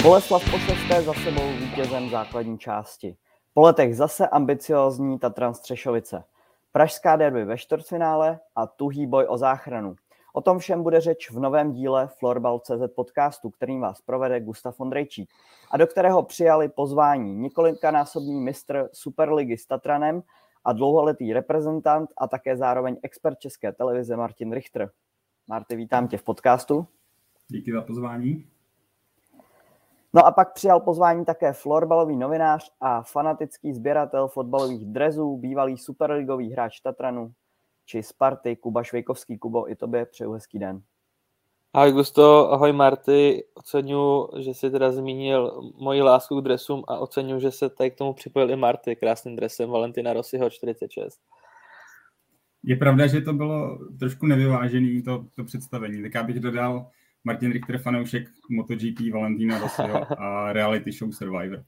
Boleslav pošesté za sebou vítězem základní části. Po letech zase ambiciózní Tatran Střešovice. Pražská derby ve čtvrtfinále a tuhý boj o záchranu. O tom všem bude řeč v novém díle Florbal.cz podcastu, kterým vás provede Gustav Ondrejčík a do kterého přijali pozvání několikanásobný mistr Superligy s Tatranem a dlouholetý reprezentant a také zároveň expert České televize Martin Richter. Marty, vítám tě v podcastu. Díky za pozvání. No a pak přijal pozvání také florbalový novinář a fanatický sběratel fotbalových dresů, bývalý superligový hráč Tatranu či Sparty, Kuba Švejkovský. Kubo, i tobě přeju hezký den. Ahoj Gusto, ahoj Marty, oceňuji, že jsi teda zmínil moji lásku k dresům a oceňuji, že se tady k tomu připojil i Marty krásným dresem Valentina Rossiho 46. Je pravda, že to bylo trošku nevyvážený to představení, tak já bych dodal Martin Richter, fanoušek MotoGP, Valentina Rossiho a reality show Survivor.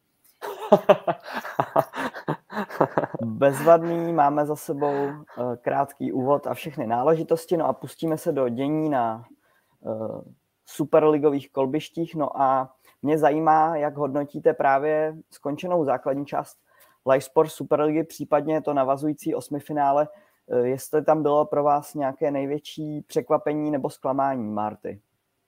Bezvadný, máme za sebou krátký úvod a všechny náležitosti, no a pustíme se do dění na superligových kolbištích. No a mě zajímá, jak hodnotíte právě skončenou základní část Live Sport Superligy, případně to navazující osmifinále, jestli tam bylo pro vás nějaké největší překvapení nebo zklamání, Marty.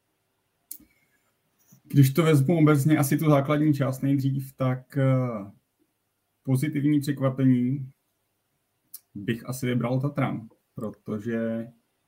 Když to vezmu obecně asi tu základní část nejdřív, tak pozitivní překvapení bych asi vybral Tatran, protože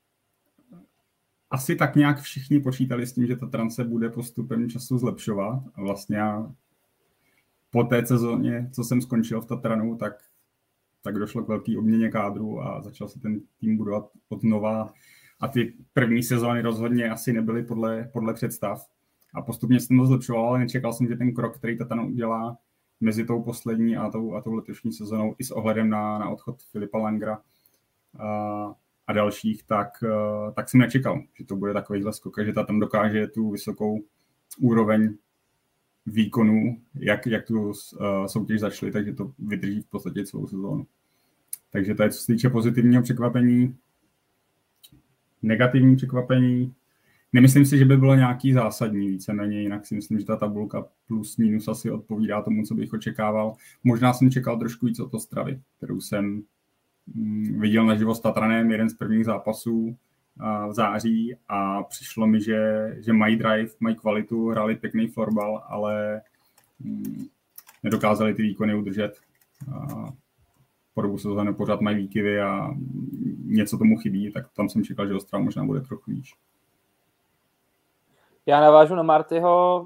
asi tak nějak všichni počítali s tím, že Tatran se bude postupem času zlepšovat. A vlastně já po té sezóně, co jsem skončil v Tatranu, tak došlo k velké obměně kádru a začal se ten tým budovat od nova. A ty první sezóny rozhodně asi nebyly podle představ. A postupně jsem to zlepšoval, ale nečekal jsem, že ten krok, který Tatran udělá mezi tou poslední a tou letošní sezónou i s ohledem na odchod Filipa Langera a dalších, tak jsem nečekal, že to bude takovýhle skok, že tam dokáže tu vysokou úroveň výkonů, jak tu soutěž začali, takže to vydrží v podstatě celou sezónu. Takže to je, co se týče pozitivního překvapení. Negativní překvapení. Nemyslím si, že by bylo nějaký zásadní víceméně, jinak si myslím, že ta tabulka plus minus asi odpovídá tomu, co bych očekával. Možná jsem čekal trošku víc od Ostravy, kterou jsem viděl naživo s Tatranem, jeden z prvních zápasů v září a přišlo mi, že mají drive, mají kvalitu, hráli pěkný florbal, ale nedokázali ty výkony udržet. Po dobu sezóny pořád mají výkyvy a něco tomu chybí, tak tam jsem čekal, že Ostrava možná bude trochu výš. Já navážu na Martyho.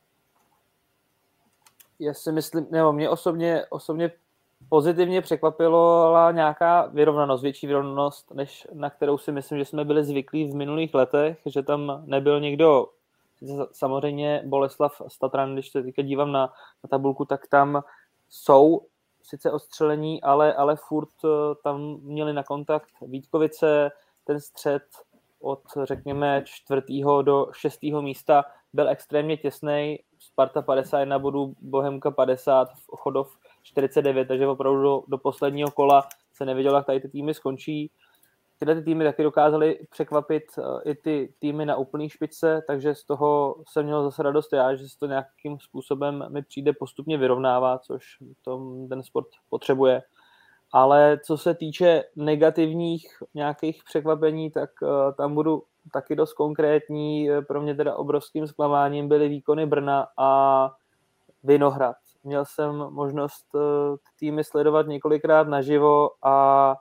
Já si myslím, nebo mě osobně pozitivně překvapila nějaká vyrovnanost, větší vyrovnanost, než na kterou si myslím, že jsme byli zvyklí v minulých letech, že tam nebyl někdo, samozřejmě Boleslav s Tatran, když se teďka dívám na tabulku, tak tam jsou sice odstřelení, ale furt tam měli na kontakt Vítkovice, ten střed od, řekněme, 4. do 6. místa byl extrémně těsnej, Sparta 51 bodů, Bohemka 50, Chodov 49, takže opravdu do posledního kola se nevědělo, jak tady ty týmy skončí. Tyhle ty týmy taky dokázaly překvapit i ty týmy na úplný špičce, takže z toho jsem měl zase radost já, že se to nějakým způsobem mi přijde postupně vyrovnává, což ten sport potřebuje. Ale co se týče negativních nějakých překvapení, tak tam budu taky dost konkrétní. Pro mě teda obrovským zklamáním byly výkony Brna a Vinohrad. Měl jsem možnost týmy sledovat několikrát naživo a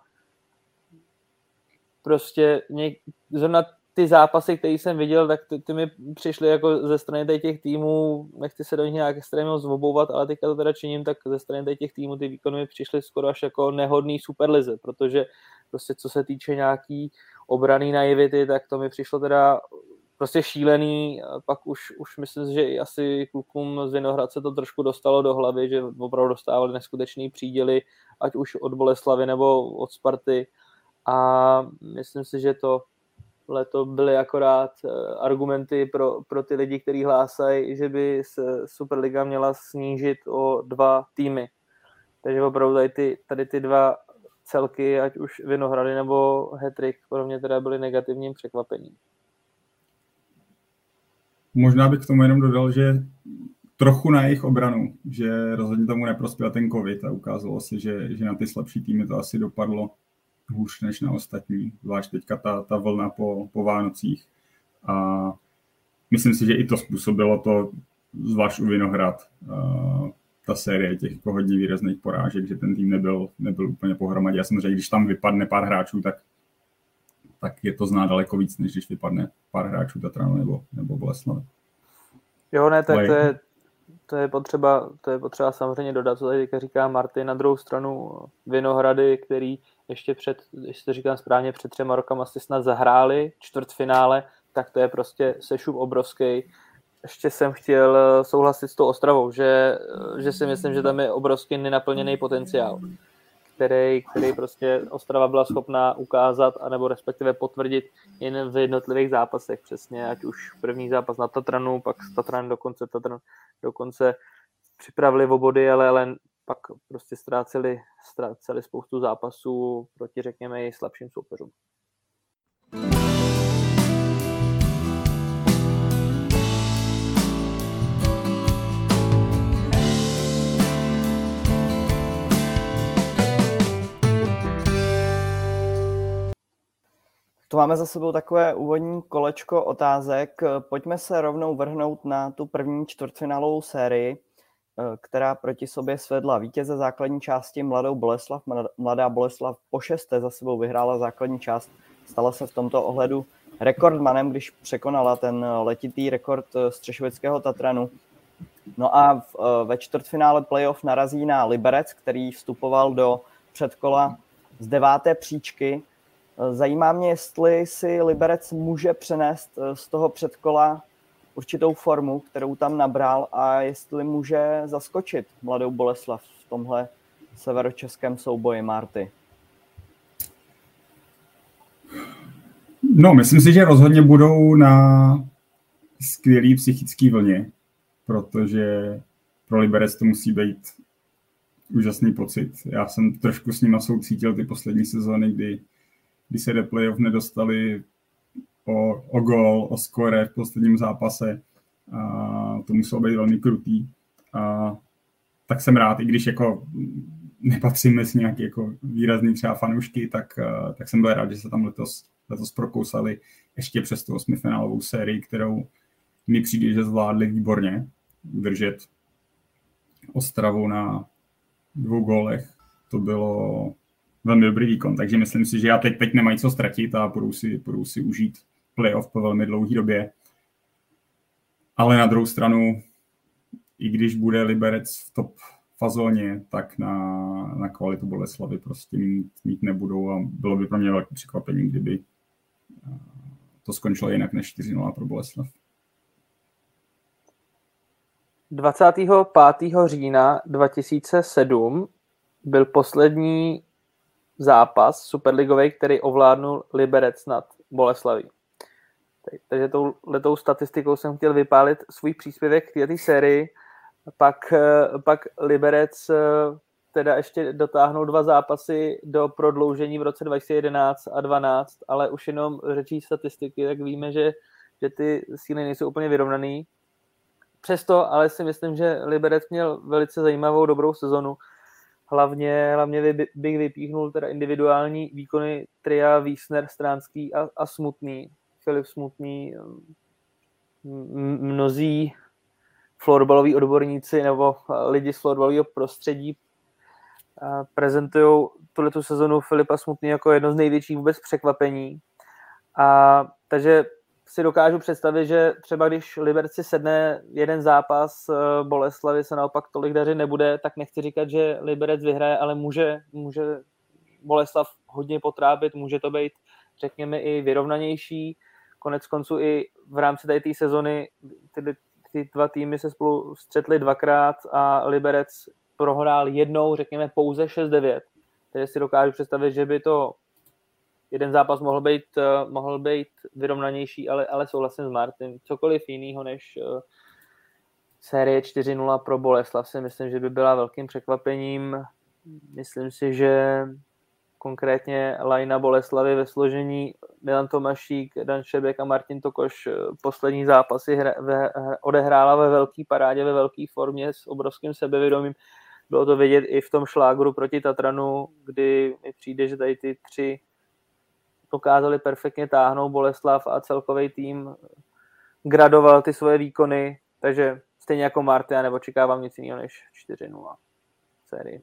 prostě zrovna ty zápasy, které jsem viděl, tak ty mi přišly jako ze strany těch týmů, nechci se do nich nějak extrémně zobouvat, ale teďka to teda činím, tak ze strany těch týmů ty výkony mi přišly skoro až jako nehodný Superlize, protože prostě co se týče nějaký obrany naivity, tak to mi přišlo teda prostě šílený, pak už myslím, že i asi klukům z Vinohrad se to trošku dostalo do hlavy, že opravdu dostávali neskutečný příděly, ať už od Boleslavy nebo od Sparty a myslím si, že to byly akorát argumenty pro ty lidi, kteří hlásají, že by se Superliga měla snížit o 2 týmy. Takže opravdu tady ty 2 celky, ať už Vinohrady nebo Hattrick, pro mě teda byly negativním překvapením. Možná bych k tomu jenom dodal, že trochu na jejich obranu, že rozhodně tomu neprospěl ten covid a ukázalo se, že na ty slabší týmy to asi dopadlo hůř než na ostatní, zvlášť teďka ta vlna po Vánocích. A myslím si, že i to způsobilo to, zvlášť u Vinohrad, ta série těch jako hodně výrazných porážek, že ten tým nebyl úplně pohromadě. Já jsem řekl, když tam vypadne pár hráčů, tak je to znát daleko víc, než když vypadne pár hráčů Tatranu nebo Boleslavi. Jo, ne, tak to je potřeba samozřejmě dodat, co tady říká Martin. Na druhou stranu Vinohrady, který ještě jestli to říkám správně, před 3 rokama si snad zahráli čtvrtfinále, tak to je prostě sešup obrovský. Ještě jsem chtěl souhlasit s tou Ostravou, že si myslím, že tam je obrovský nenaplněný potenciál, který prostě Ostrava byla schopná ukázat, anebo respektive potvrdit jen v jednotlivých zápasech. Přesně, ať už první zápas na Tatranu, pak Tatran dokonce připravili o body, ale pak prostě ztráceli spoustu zápasů proti, řekněme, i slabším soupeřům. Tu máme za sebou takové úvodní kolečko otázek. Pojďme se rovnou vrhnout na tu první čtvrtfinálovou sérii, která proti sobě svedla vítěze základní části Mladou Boleslav. Mladá Boleslav po 6. za sebou vyhrála základní část. Stala se v tomto ohledu rekordmanem, když překonala ten letitý rekord střešovického Tatranu. No a ve čtvrtfinále playoff narazí na Liberec, který vstupoval do předkola z 9. příčky. Zajímá mě, jestli si Liberec může přenést z toho předkola určitou formu, kterou tam nabral, a jestli může zaskočit Mladou Boleslav v tomhle severočeském souboji, Marty. No, myslím si, že rozhodně budou na skvělý psychický vlně, protože pro Liberec to musí být úžasný pocit. Já jsem trošku s nima soucítil ty poslední sezóny, kdy se do playoff nedostali o gól, o skóre v posledním zápase. A to muselo být velmi krutý. A tak jsem rád, i když jako nepatřím mezi nějaký jako výrazný třeba fanoušky, tak jsem byl rád, že se tam letos prokousali ještě přes tu 8finálovou sérii, kterou mi přijde, že zvládli výborně udržet Ostravu na 2 gólech. To bylo velmi dobrý výkon, takže myslím si, že já teď nemají co ztratit a budou si užít playoff po velmi dlouhé době. Ale na druhou stranu, i když bude Liberec v top fazóně, tak na kvalitu Boleslavy prostě mít nebudou, a bylo by pro mě velké překvapení, kdyby to skončilo jinak než 4-0 pro Boleslav. 25. října 2007 byl poslední zápas superligový, který ovládnul Liberec nad Boleslaví. Takže touhletou statistikou jsem chtěl vypálit svůj příspěvek k této sérii. Pak Liberec teda ještě dotáhnul 2 zápasy do prodloužení v roce 2011 a 2012, ale už jenom řečí statistiky, tak víme, že ty síly nejsou úplně vyrovnaný. Přesto ale si myslím, že Liberec měl velice zajímavou, dobrou sezonu. Hlavně bych vypíchnul teda individuální výkony tria Wiesner, Stránský a Smutný. Filip Smutný, mnozí florbaloví odborníci nebo lidi z florbalového prostředí prezentují tuhletu sezonu Filipa Smutný jako jedno z největších vůbec překvapení. Takže si dokážu představit, že třeba když Liberci sedne jeden zápas, Boleslavy se naopak tolik dařit nebude, tak nechci říkat, že Liberec vyhraje, ale může Boleslav hodně potrápit, může to být, řekněme, i vyrovnanější. Konec konců i v rámci té sezony ty 2 týmy se spolu střetly 2krát a Liberec prohrál jednou, řekněme, pouze 6-9. Takže si dokážu představit, že by to jeden zápas mohl být vyrovnanější, ale souhlasím s Martinem. Cokoliv jiného než série 4-0 pro Boleslav si myslím, že by byla velkým překvapením. Myslím si, že konkrétně Lajna Boleslavy ve složení Milan Tomašík, Dan Šebek a Martin Tokoš poslední zápasy odehrála ve velké parádě, ve velké formě s obrovským sebevědomím. Bylo to vidět i v tom šlágru proti Tatranu, kdy mi přijde, že tady ty tři dokázali perfektně táhnout Boleslav a celkový tým gradoval ty svoje výkony, takže stejně jako Marty, já neočekávám nic jiného než 4-0 sérii.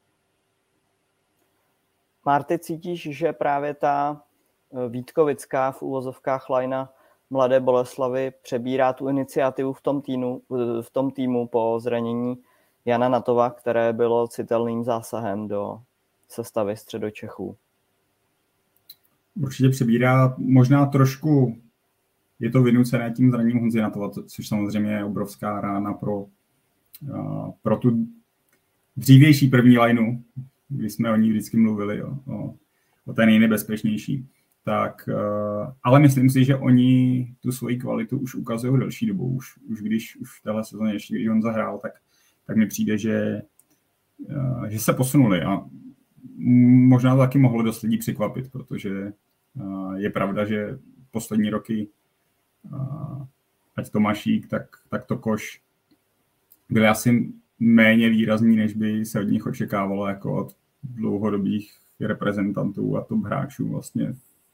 Marty, cítíš, že právě ta vítkovická v uvozovkách lajna Mladé Boleslavy přebírá tu iniciativu v tom týmu po zranění Jana Natova, které bylo citelným zásahem do sestavy Středočechů? Určitě přebírá, možná trošku je to vynucené tím zraněním Honzy Natova, což samozřejmě je obrovská rána pro tu dřívější první lineu, kdy jsme o ní vždycky mluvili, o té nejnebezpečnější. Tak, ale myslím si, že oni tu svoji kvalitu už ukazují delší dobu. Už v téhle sezóně, ještě když on zahrál, tak mi přijde, že se posunuli a možná to taky mohlo dost lidí překvapit, protože je pravda, že poslední roky ať Tomášík, tak Tokoš byli asi méně výrazní, než by se od nich očekávalo jako od dlouhodobých reprezentantů a top hráčů vlastně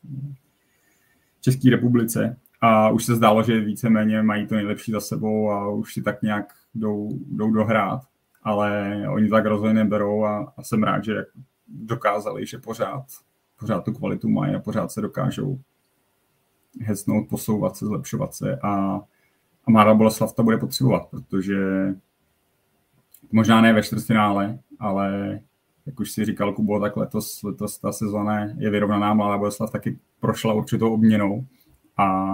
v České republice. A už se zdálo, že víceméně mají to nejlepší za sebou a už si tak nějak jdou dohrát. Ale oni tak rozhodně neberou a jsem rád, že dokázali, že pořád tu kvalitu mají a pořád se dokážou hecnout, posouvat se, zlepšovat se a Mladá Boleslav to bude potřebovat, protože možná ne ve čtvrtfinále, ale jak už si říkal Kubo, tak letos ta sezóna je vyrovnaná. Mladá Boleslav taky prošla určitou obměnou a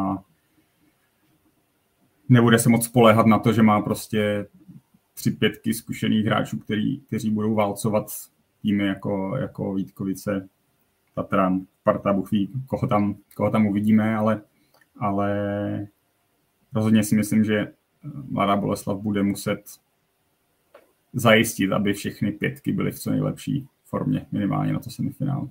nebude se moc spoléhat na to, že má prostě 3-5 zkušených hráčů, kteří budou válcovat týmy jako Vítkovice, Tatran, Sparta, Bůh ví, koho tam uvidíme, ale rozhodně si myslím, že Mladá Boleslav bude muset zajistit, aby všechny 5 byly v co nejlepší formě, minimálně na to semifinále.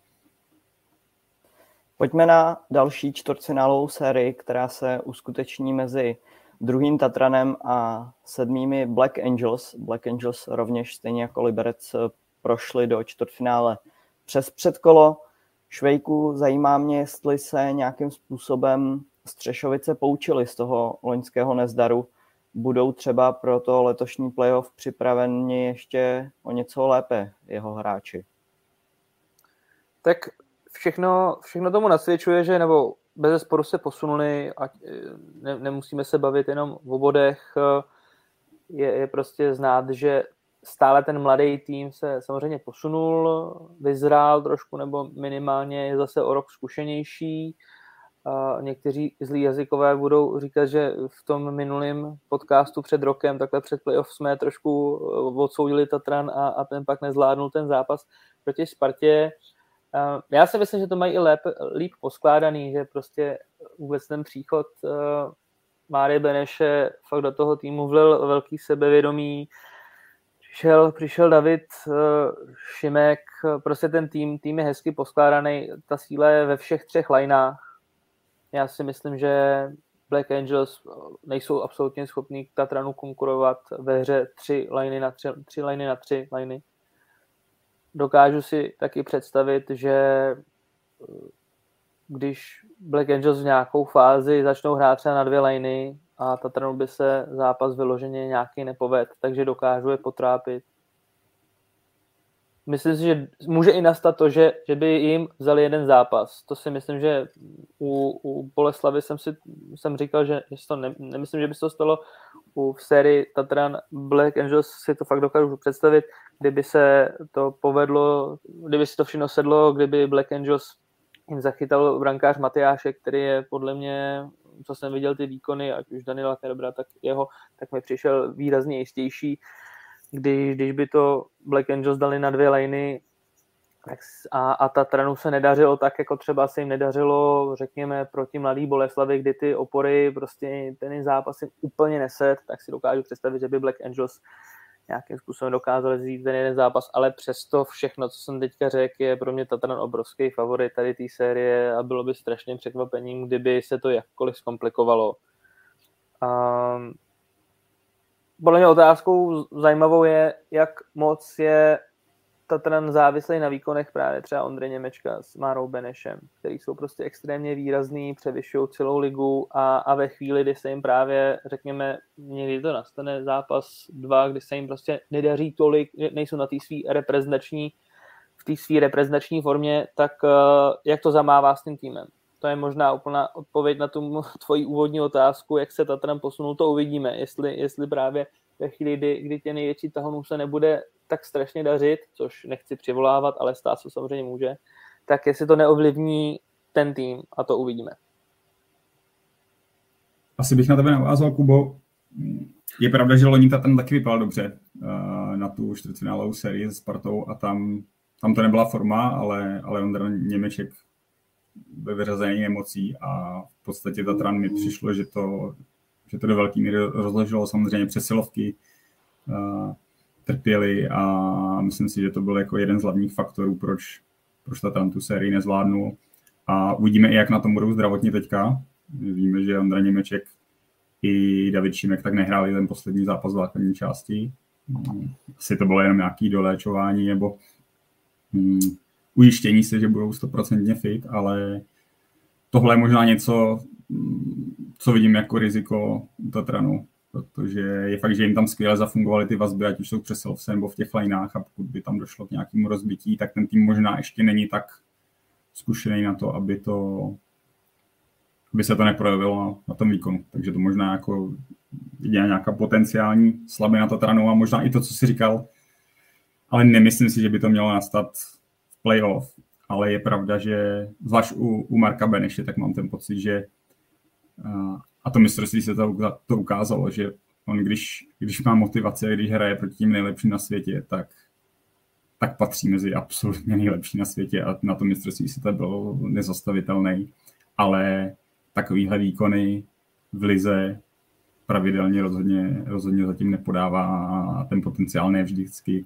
Pojďme na další čtvrtfinálovou sérii, která se uskuteční mezi druhým Tatranem a 7. Black Angels. Black Angels rovněž stejně jako Liberec prošli do čtvrtfinále přes předkolo. Švejku, zajímá mě, jestli se nějakým způsobem Střešovice poučili z toho loňského nezdaru. Budou třeba pro to letošní playoff připraveni ještě o něco lépe jeho hráči? Tak všechno tomu nasvědčuje, že nebo bezesporu se posunuli, ať nemusíme se bavit jenom o bodech. Je prostě znát, že stále ten mladý tým se samozřejmě posunul, vyzrál trošku, nebo minimálně je zase o rok zkušenější. Někteří zlí jazykové budou říkat, že v tom minulém podcastu před rokem, takhle před playoff jsme trošku odsoudili Tatran a ten pak nezvládnul ten zápas proti Spartě. Já si myslím, že to mají i líp poskládaný, že prostě vůbec ten příchod Márie Beneše fakt do toho týmu vlil velký sebevědomí. Přišel David Šimek, prostě ten tým je hezky poskládaný, ta síla je ve všech 3 lineách. Já si myslím, že Black Angels nejsou absolutně schopní k Tatranu konkurovat ve hře 3 liny na 3 liny. Dokážu si taky představit, že když Black Angels v nějakou fázi začnou hrát třeba na 2 liny a Tatranu by se zápas vyloženě nějaký nepovedl, takže dokážu je potrápit. Myslím si, že může i nastat to, že by jim vzali jeden zápas. To si myslím, že u Boleslavy jsem říkal, že to nemyslím, že by se to stalo v sérii Tatran Black Angels, si to fakt dokážu představit, kdyby se to povedlo, kdyby si to všechno sedlo, kdyby Black Angels jim zachytal brankář Matyášek, který je podle mě, co jsem viděl ty výkony, ať už Daniela Kerbra, tak jeho, tak mi přišel výrazně jistější. Když by to Black Angels dali na 2 liny a Tatranu se nedařilo tak, jako třeba se jim nedařilo, řekněme, proti Mladý Boleslavi, kdy ty opory, prostě ten zápas jim úplně nesed, tak si dokážu představit, že by Black Angels nějakým způsobem dokázali vzít ten jeden zápas, ale přesto všechno, co jsem teďka řekl, je pro mě Tatran obrovský favorit tady té série a bylo by strašným překvapením, kdyby se to jakkoliv zkomplikovalo. Podle mě otázkou zajímavou je, jak moc je Tatran závislý na výkonech právě třeba Ondřeje Němečka s Márou Benešem, který jsou prostě extrémně výrazný, převyšují celou ligu a ve chvíli, kdy se jim právě, řekněme, někdy to nastane zápas 2, kdy se jim prostě nedaří tolik, nejsou na té své reprezentační formě, tak jak to zamává s tím týmem? To je možná úplná odpověď na tu tvoji úvodní otázku, jak se Tatran posunul, to uvidíme, jestli právě ve chvíli, kdy tě největší tahonů se nebude tak strašně dařit, což nechci přivolávat, ale stát se samozřejmě může, tak jestli to neovlivní ten tým a to uvidíme. Asi bych na tebe navázal, Kubo. Je pravda, že loni Tatran taky vypadal dobře na tu čtvrtfinálovou sérii se Spartou a tam to nebyla forma, ale Ondra Němeček byl vyřazený emocí a v podstatě Tatran mi přišlo, že to do velké míry rozložilo samozřejmě přesilovky, trpěli a myslím si, že to byl jako jeden z hlavních faktorů, proč Tatran tu sérii nezvládnul. A uvidíme i, jak na tom budou zdravotně teďka. Víme, že Ondra Němeček i David Šimek tak nehráli ten poslední zápas v základní části. Asi to bylo jenom nějaké doléčování nebo ujištění se, že budou 100% fit, ale tohle je možná něco, co vidím jako riziko Tatranu, protože je fakt, že jim tam skvěle zafungovaly ty vazby, ať už jsou přesilovce nebo v těch lineách a pokud by tam došlo k nějakému rozbití, tak ten tým možná ještě není tak zkušený na to, aby se to neprojevilo na tom výkonu. Takže to možná jako je nějaká potenciální slabina Tatranu a možná i to, co jsi říkal, ale nemyslím si, že by to mělo nastat v playoff. Ale je pravda, že zvlášť u Marka Beneše, tak mám ten pocit, že a to mistrovství se to ukázalo, že on, když má motivaci a když hraje proti tím nejlepším na světě, tak patří mezi absolutně nejlepší na světě a na tom mistrovství se to bylo nezastavitelný. Ale takovýhle výkony v lize pravidelně rozhodně zatím nepodává a ten potenciál ne vždycky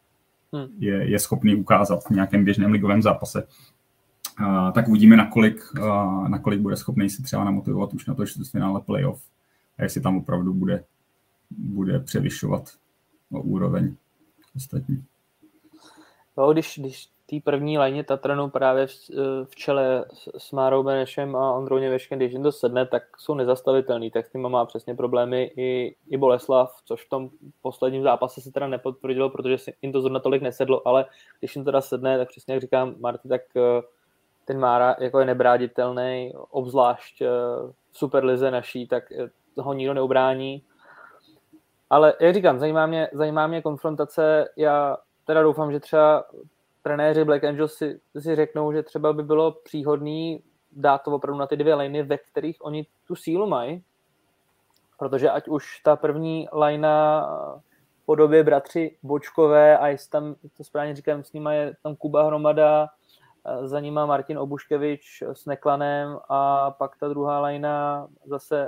je schopný ukázat v nějakém běžném ligovém zápase. Tak uvidíme, nakolik bude schopný si třeba namotivovat už na to čtvrtfinále playoff a jestli tam opravdu bude převyšovat úroveň ostatní. No, když té první lajně Tatranu právě v čele s Márou Benešem a Ondrou Němečkem, když jim to sedne, tak jsou nezastavitelný, tak s tím má přesně problémy i Boleslav, což v tom posledním zápase se teda nepotvrdilo, protože jim to zrovna tolik nesedlo, ale když jim teda sedne, tak přesně jak říkám Marty, tak ten Mára jako je nebráditelný, obzvlášť v Superlize naší, tak ho nikdo neubrání. Ale jak říkám, zajímá mě konfrontace. Já teda doufám, že třeba trenéři Black Angels si řeknou, že třeba by bylo příhodný dát to opravdu na ty dvě liney, ve kterých oni tu sílu mají, protože ať už ta první linea v podobě bratři Bočkové a jestli tam, to správně říkám, s nima je tam Kuba Hromada, za nima Martin Obuškevič s Neklanem a pak ta druhá linea zase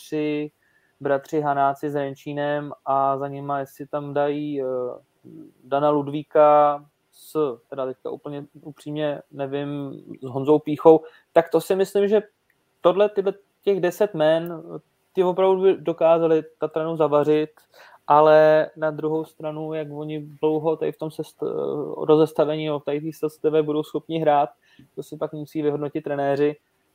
bratři Hanáci s Renčínem a za nima, jestli tam dají Dana Ludvíka teda teďka úplně upřímně nevím, s Honzou Píchou, tak to si myslím, že těch 10 men, ty opravdu dokázali Tatranu zavařit, ale na druhou stranu, jak oni dlouho tady v tom rozestavení v té sestavě budou schopni hrát, to si pak musí vyhodnotit trenéři.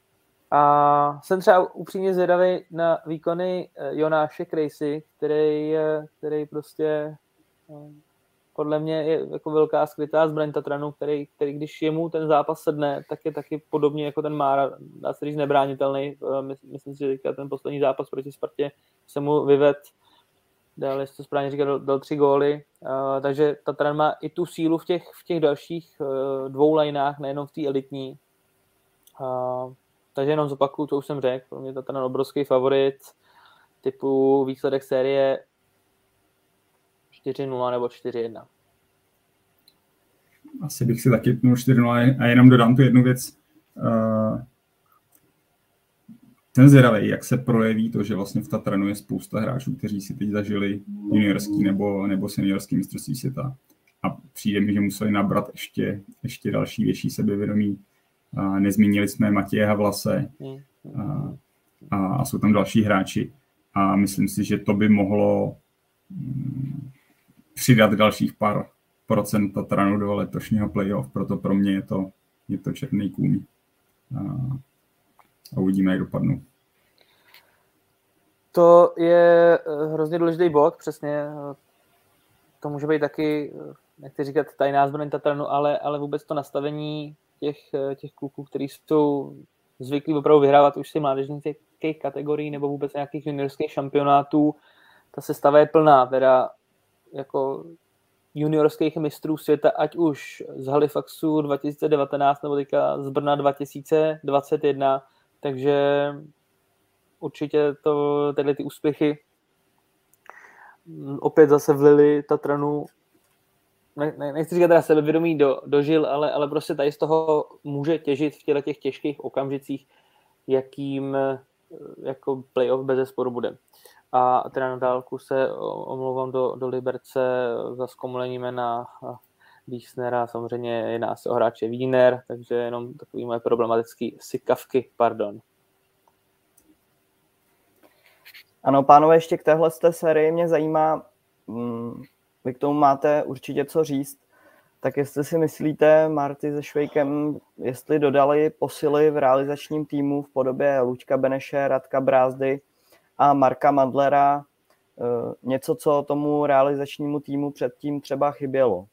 A jsem třeba upřímně zvědavý na výkony Jonáše Krejsy, který prostě podle mě je jako velká skrytá zbraň Tatranu, který když jemu ten zápas sedne, tak je taky podobně jako ten Mára, dá se říct nebránitelný. Myslím si, že teďka ten poslední zápas proti Spartě se mu vyvedl, jestli to správně říká, dal 3 góly, takže Tatran má i tu sílu v těch dalších 2 lineách, nejenom v té elitní. Takže jenom zopakuju, co už jsem řekl, pro mě Tatran obrovský favorit, typu výsledek série 4-0 nebo 4-1. Asi bych si taky pnul 4-0 a jenom dodám tu jednu věc. Jsem zvědavý, jak se projeví to, že vlastně v Tatranu je spousta hráčů, kteří si teď zažili juniorský nebo seniorský mistrovství světa. A přijde mi, že museli nabrat ještě další větší sebevědomí. Nezmínili jsme Matěje Havlase a jsou tam další hráči. A myslím si, že to by mohlo přidat dalších pár procent Tatranu do letošního playoff. Proto pro mě je to černý kůň. A uvidíme, jak dopadnou. To je hrozně důležitý bod, přesně. To může být taky, nechci říkat tajná zbraň Tatranu, ale vůbec to nastavení těch kluků, kteří jsou zvyklí opravdu vyhrávat už si mládežnických kategorií nebo vůbec nějakých juniorských šampionátů. Ta sestava je plná, teda jako juniorských mistrů světa, ať už z Halifaxu 2019 nebo teďka z Brna 2021, takže určitě tyhle ty úspěchy opět zase vlili Tatranu, nechci říkat teda sebevědomí do žil, ale prostě tady z toho může těžit v těch těžkých okamžicích, jakým jako playoff bezesporu bude. A teda na dálku se omlouvám do Liberce za zkomolení jména Wiesnera, samozřejmě jedná se o hráče Wiener, takže jenom takový moje problematický sykavky, pardon. Ano, pánové, ještě k téhle sérii mě zajímá, vy k tomu máte určitě co říct, tak jestli si myslíte, Marty se Švejkem, jestli dodali posily v realizačním týmu v podobě Luďka Beneše, Radka Brázdy a Marka Mandlera, něco, co tomu realizačnímu týmu předtím třeba chybělo?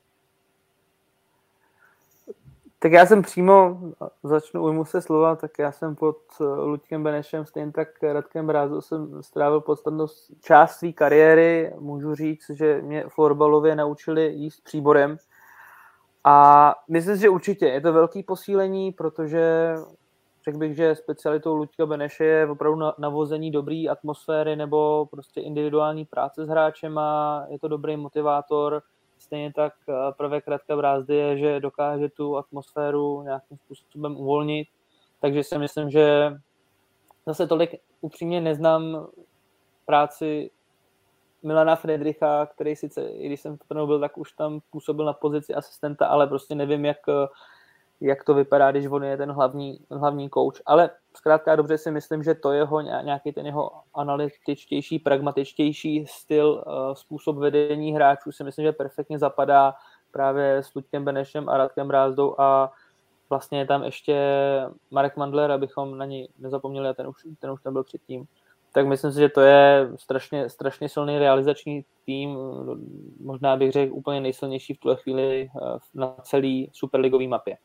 Tak já jsem přímo, ujmu se slova, tak já jsem pod Luďkem Benešem, stejně tak Radkem Brázdou jsem strávil podstatnou část své kariéry. Můžu říct, že mě florbalově naučili jíst příborem. A myslím si, že určitě je to velký posílení, protože řekl bych, že specialitou Luďka Beneše je opravdu navození dobré atmosféry nebo prostě individuální práce s hráčem a je to dobrý motivátor. Stejně tak prvek Radka Brázdy je, že dokáže tu atmosféru nějakým způsobem uvolnit. Takže si myslím, že zase tolik upřímně neznám práci Milana Friedricha, který sice, i když jsem to byl, tak už tam působil na pozici asistenta, ale prostě nevím, jak to vypadá, když on je ten hlavní coach. Ale zkrátka dobře si myslím, že to jeho nějaký ten jeho analytičtější, pragmatičtější styl, způsob vedení hráčů si myslím, že perfektně zapadá právě s Luďkem Benešem a Radkem Brázdou a vlastně je tam ještě Marek Mandler, abychom na něj nezapomněli a ten už tam byl předtím. Tak myslím si, že to je strašně silný realizační tým, možná bych řekl úplně nejsilnější v tuhle chvíli na celý superligový mapě.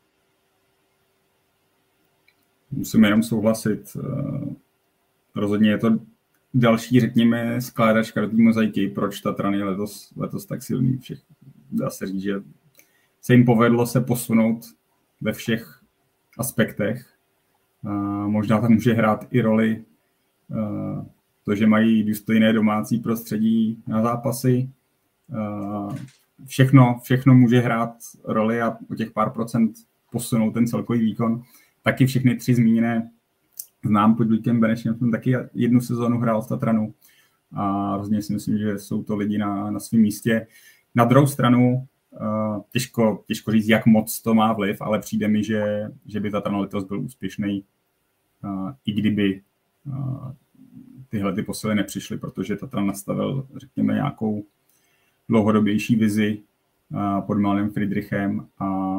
Musím jenom souhlasit. Rozhodně je to další, řekněme, skládačka do té mozaiky, proč Tatran je letos tak silný. Dá se říct, že se jim povedlo se posunout ve všech aspektech. Možná tam může hrát i roli to, že mají důstojné domácí prostředí na zápasy. Všechno může hrát roli a o těch pár procent posunout ten celkový výkon. Taky všechny tři zmíněné znám pod Luďkem Benešem, jsem taky jednu sezónu hrál v Tatranu a rozhodně si myslím, že jsou to lidi na svém místě. Na druhou stranu těžko říct, jak moc to má vliv, ale přijde mi, že by Tatran letos byl úspěšný, i kdyby tyhle ty posily nepřišly, protože Tatran nastavil, řekněme, nějakou dlouhodobější vizi pod Milanem Friedrichem a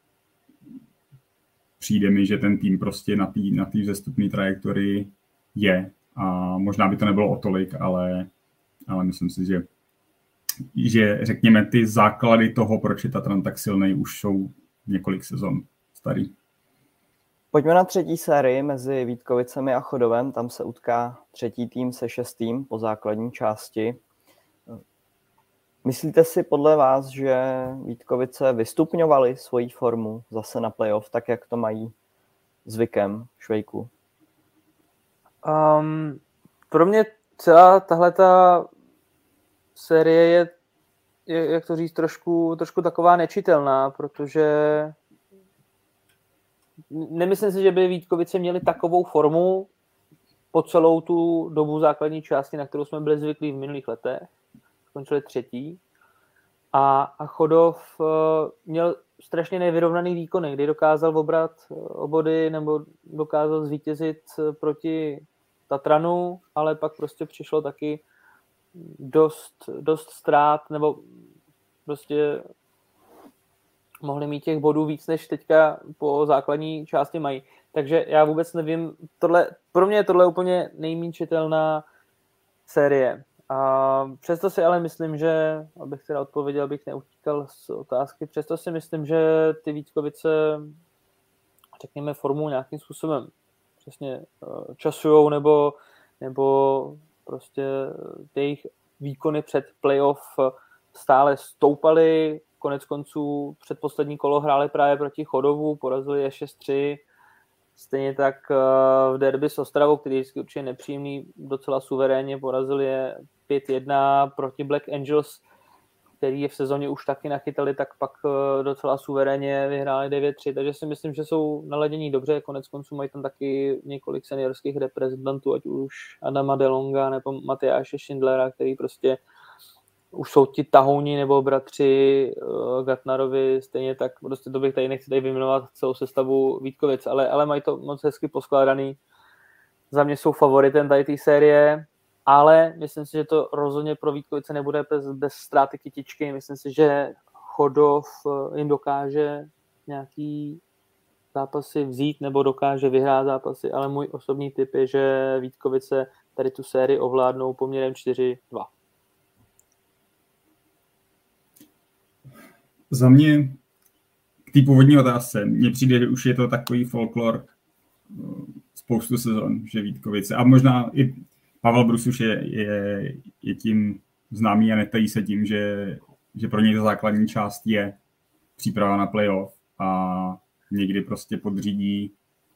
přijde mi, že ten tým prostě na té vzestupné trajektorii je. A možná by to nebylo o tolik, ale myslím si, že řekněme ty základy toho, proč je Tatran tak silný, už jsou několik sezon starý. Pojďme na třetí sérii mezi Vítkovicemi a Chodovem. Tam se utká třetí tým se šestým po základní části. Myslíte si podle vás, že Vítkovice vystupňovaly svoji formu zase na playoff, tak jak to mají zvykem, Švejku? Pro mě celá tahleta série je, jak to říct, trošku taková nečitelná, protože nemyslím si, že by Vítkovice měli takovou formu, po celou tu dobu základní části, na kterou jsme byli zvyklí v minulých letech. Skončili 3. A Chodov měl strašně nevyrovnaný výkony, kdy dokázal obrat obody nebo dokázal zvítězit proti Tatranu, ale pak prostě přišlo taky dost ztrát, nebo prostě mohli mít těch bodů víc, než teďka po základní části mají. Takže já vůbec nevím, pro mě je tohle úplně nejméně čitelná série. A přesto si ale myslím, že, abych teda odpověděl, abych neutíkal z otázky, přesto si myslím, že ty Vítkovice, řekněme, formu nějakým způsobem přesně časujou, nebo prostě ty jejich výkony před playoff stále stoupaly. Konec konců předposlední kolo hráli právě proti Chodovu, porazili je 6-3. Stejně tak v derby s Ostravou, který je určitě nepříjemný, docela suverénně porazili je 5-1 proti Black Angels, který je v sezóně už taky nachytali, tak pak docela suverénně vyhráli 9-3, takže si myslím, že jsou naladění dobře, konec konců mají tam taky několik seniorských reprezentantů, ať už Adama DeLonga nebo Matyáše Schindlera, který prostě už jsou ti tahouni nebo bratři Gatnarovi, stejně tak, prostě to bych tady nechci tady vyjmenovat celou sestavu Vítkovic, ale mají to moc hezky poskládaný. Za mě jsou favoritem tady té série, ale myslím si, že to rozhodně pro Vítkovice nebude bez ztráty kytičky. Myslím si, že Chodov jim dokáže nějaký zápasy vzít nebo dokáže vyhrát zápasy, ale můj osobní tip je, že Vítkovice tady tu sérii ovládnou poměrem 4-2. Za mě k té původní otázce, mně přijde, že už je to takový folklor spoustu sezon, že Vítkovice, a možná i Pavel Brusuš je tím známý a netají se tím, že pro něj ta základní část je příprava na playoff a někdy prostě podřídí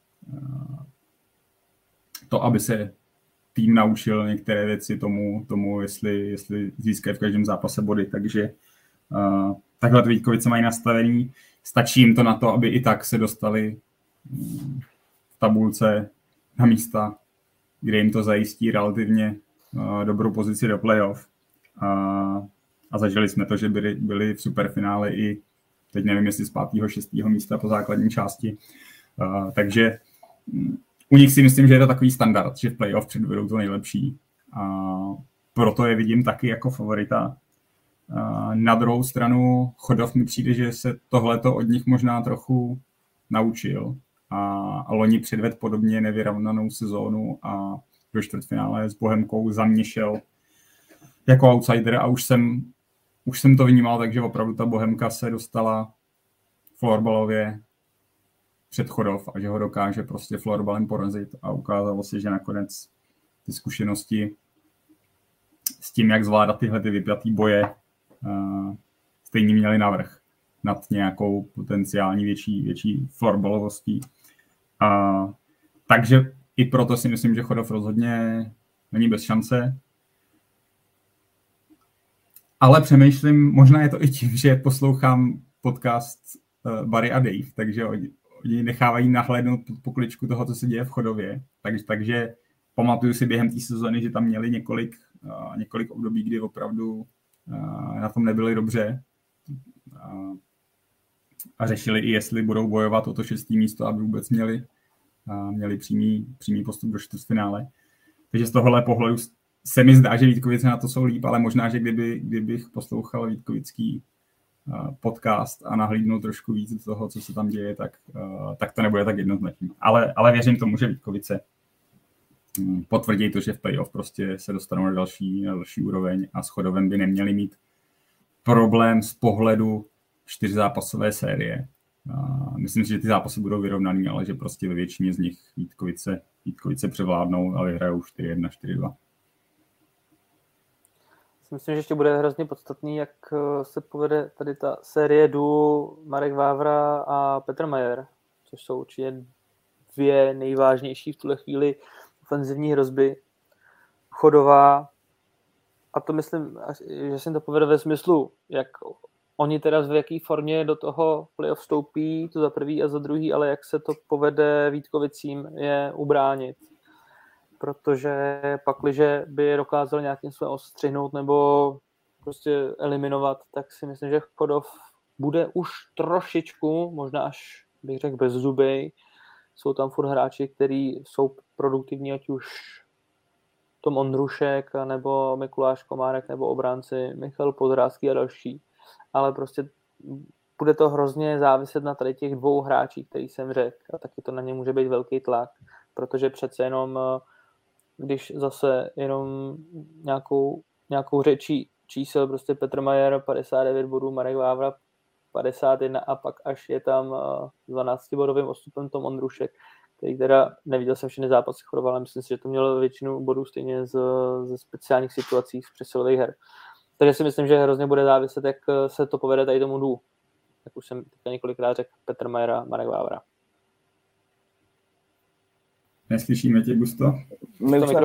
to, aby se tým naučil některé věci tomu jestli získají v každém zápase body, takže takhle ty Vítkovice mají nastavený. Stačí jim to na to, aby i tak se dostali v tabulce na místa, kde jim to zajistí relativně dobrou pozici do playoff. A zažili jsme to, že byli v superfinále i teď nevím, jestli z 5. 6. místa po základní části. Takže u nich si myslím, že je to takový standard, že v playoff předvedou to nejlepší. Proto je vidím taky jako favorita. Na druhou stranu Chodov mi přijde, že se tohleto od nich možná trochu naučil a loni předvedl podobně nevyrovnanou sezónu a do čtvrtfinále s Bohemkou zaměšel jako outsider a už jsem to vnímal, takže opravdu ta Bohemka se dostala florbalově před Chodov a že ho dokáže prostě florbalem porazit a ukázalo se, že nakonec ty zkušenosti s tím, jak zvládat tyhle ty vypjatý boje, stejně měli navrch nad nějakou potenciální větší florbalovostí. Takže i proto si myslím, že Chodov rozhodně není bez šance. Ale přemýšlím, možná je to i tím, že poslouchám podcast Barry a Dave, takže oni nechávají nahlédnout pod pokličku toho, co se děje v Chodově. Takže pamatuju si během té sezony, že tam měli několik období, kdy opravdu na tom nebyli dobře a řešili i, jestli budou bojovat o to 6. místo, aby vůbec měli přímý postup do čtvrtfinále. Takže z tohohle pohledu se mi zdá, že Vítkovice na to jsou líp, ale možná, že kdybych poslouchal vítkovický podcast a nahlídnul trošku víc do toho, co se tam děje, tak to nebude tak jednoznačný. Ale věřím tomu, že Vítkovice potvrdí to, že v playoff prostě se dostanou na další úroveň a s Chodovem by neměli mít problém z pohledu 4zápasové série. Myslím si, že ty zápasy budou vyrovnaný, ale že prostě ve většině z nich Vítkovice převládnou a vyhrajou 4-1, 4-2. Myslím, že ještě bude hrozně podstatný, jak se povede tady ta série duo Marek Vávra a Petr Majer, což jsou určitě dvě nejvážnější v tuhle chvíli ofenzivní hrozby. Chodová, a to myslím, že se to povede ve smyslu, jak oni teda v jaký formě do toho playoff vstoupí, to za prvý a za druhý, ale jak se to povede Vítkovicím je ubránit. protože pakliže by je dokázal nějakým způsobem ostřihnout nebo prostě eliminovat, tak si myslím, že Chodov bude už trošičku, možná až bych řekl bezzubej. Jsou tam furt hráči, kteří jsou produktivní, ať už Tom Ondrušek, nebo Mikuláš Komárek, nebo obránci Michal Podrázký a další. Ale prostě bude to hrozně záviset na tady těch dvou hráčích, který jsem řekl. A taky to na ně může být velký tlak, protože přece jenom, když zase jenom nějakou řečí čísel, prostě Petr Majer 59 bodů, Marek Vávra 51 a pak až je tam 12-bodovým odstupem Tom Ondrušek, který teda neviděl jsem všechny zápasy Chodova, ale myslím si, že to měl většinu bodů stejně ze speciálních situací, z přesilových her. Takže si myslím, že hrozně bude záviset, jak se to povede tady tomu dů. Jak už jsem teďka několikrát řekl, Petr Majer a Marek Vávra. Neslyšíme tě, Gusto? My už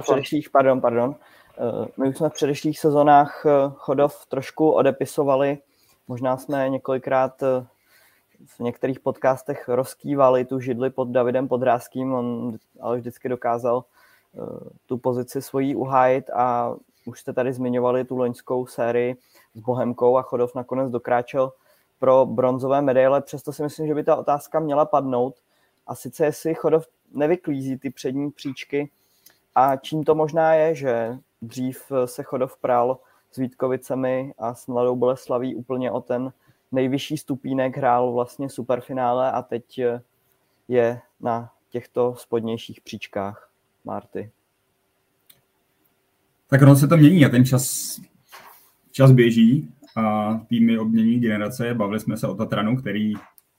jsme v předešlých sezonách Chodov trošku odepisovali. Možná jsme několikrát v některých podcastech rozkývali tu židli pod Davidem Podrázkým, on ale vždycky dokázal tu pozici svojí uhájit a už jste tady zmiňovali tu loňskou sérii s Bohemkou a Chodov nakonec dokráčel pro bronzové medaile. Přesto si myslím, že by ta otázka měla padnout. A sice jestli Chodov nevyklízí ty přední příčky a čím to možná je, že dřív se Chodov prál s Vítkovicemi a s Mladou Boleslaví úplně o ten nejvyšší stupínek, hrál vlastně superfinále a teď je na těchto spodnějších příčkách. Marty. Tak ono se to mění a ten čas běží a týmy obmění generace. Bavili jsme se o Tatranu, který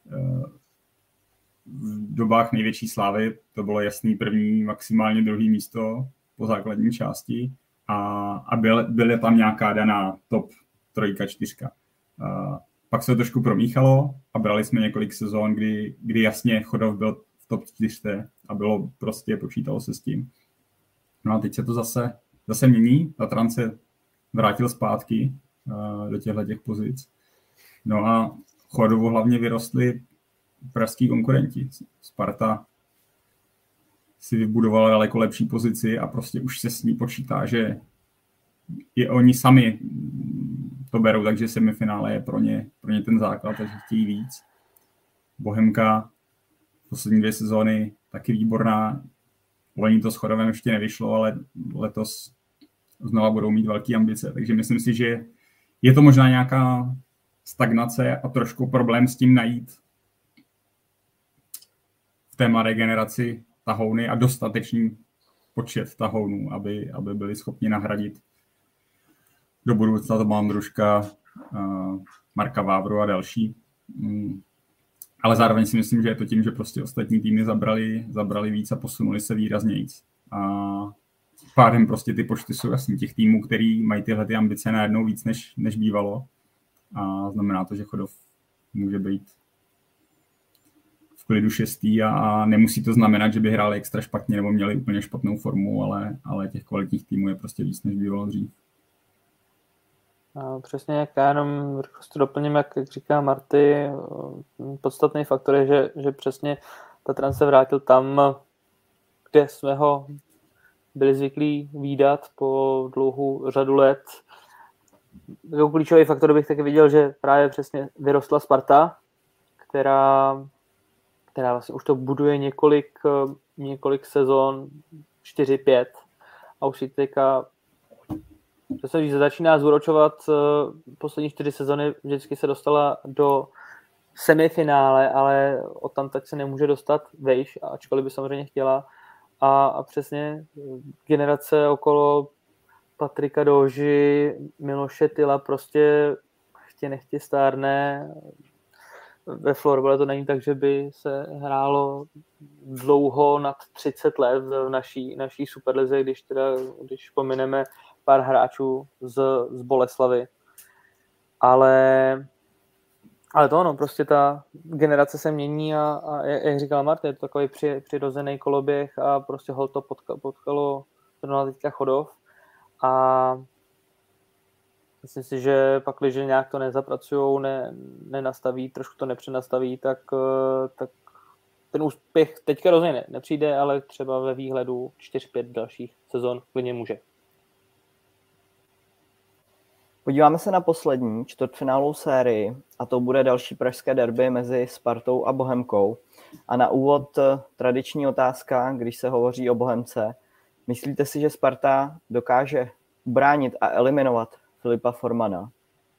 v dobách největší slávy to bylo jasný první, maximálně druhý místo po základní části a byly tam nějaká daná top 3, 4. Pak se to trošku promíchalo a brali jsme několik sezón, kdy jasně Chodov byl v top 4 a počítalo se s tím. No a teď se to zase mění, Tatran se vrátil zpátky do těch pozic. No a Chodovu hlavně vyrostli pražský konkurenti. Sparta si vybudovala daleko lepší pozici a prostě už se s ní počítá, že i oni sami to berou, takže semifinále je pro ně ten základ, takže chtějí víc. Bohemka poslední 2 sezóny taky výborná. Loni to s Chodovem ještě nevyšlo, ale letos znova budou mít velké ambice. Takže myslím si, že je to možná nějaká stagnace a trošku problém s tím najít v té mladé generaci tahouny a dostatečný počet tahounů, aby byli schopni nahradit do budoucna Toma Ondruška, Marka Vávru a další. Ale zároveň si myslím, že je to tím, že prostě ostatní týmy zabrali víc a posunuli se výrazně víc. A pádem prostě ty počty jsou jasný těch týmů, který mají tyhle ty ambice najednou víc, než bývalo. A znamená to, že Chodov může být v klidu 6. a nemusí to znamenat, že by hráli extra špatně nebo měli úplně špatnou formu, ale těch kvalitních týmů je prostě víc, než bývalo dřív. Přesně, jak já jenom to doplním, jak říká Marty, podstatný faktor je, že přesně Tatran se vrátil tam, kde jsme ho byli zvyklí vídat po dlouhou řadu let. Jako klíčový faktor bych taky viděl, že právě přesně vyrostla Sparta, která vlastně už to buduje několik sezon, 4-5 a už si teďka když začíná zúročovat poslední 4 sezony, vždycky se dostala do semifinále, ale odtamtud se nemůže dostat vejš, ačkoliv by samozřejmě chtěla. A přesně generace okolo Patrika Doži, Miloše Tyla prostě nechtě stárne. Ve florbale to není tak, že by se hrálo dlouho nad 30 let v naší superlize, když pomineme pár hráčů z Boleslavy. Ale to ono, prostě ta generace se mění a jak říkal Martin, je to takový přirozený koloběh a prostě hol to potkalo zrovna teďka Chodov a myslím si, že pak, když nějak to nezapracujou, nenastaví, trošku to nepřenastaví, tak ten úspěch teďka rozhodně nepřijde, ale třeba ve výhledu 4-5 dalších sezon klidně může. Podíváme se na poslední čtvrtfinálovou sérii a to bude další pražské derby mezi Spartou a Bohemkou. A na úvod tradiční otázka, když se hovoří o Bohemce. Myslíte si, že Sparta dokáže ubránit a eliminovat Filipa Formana?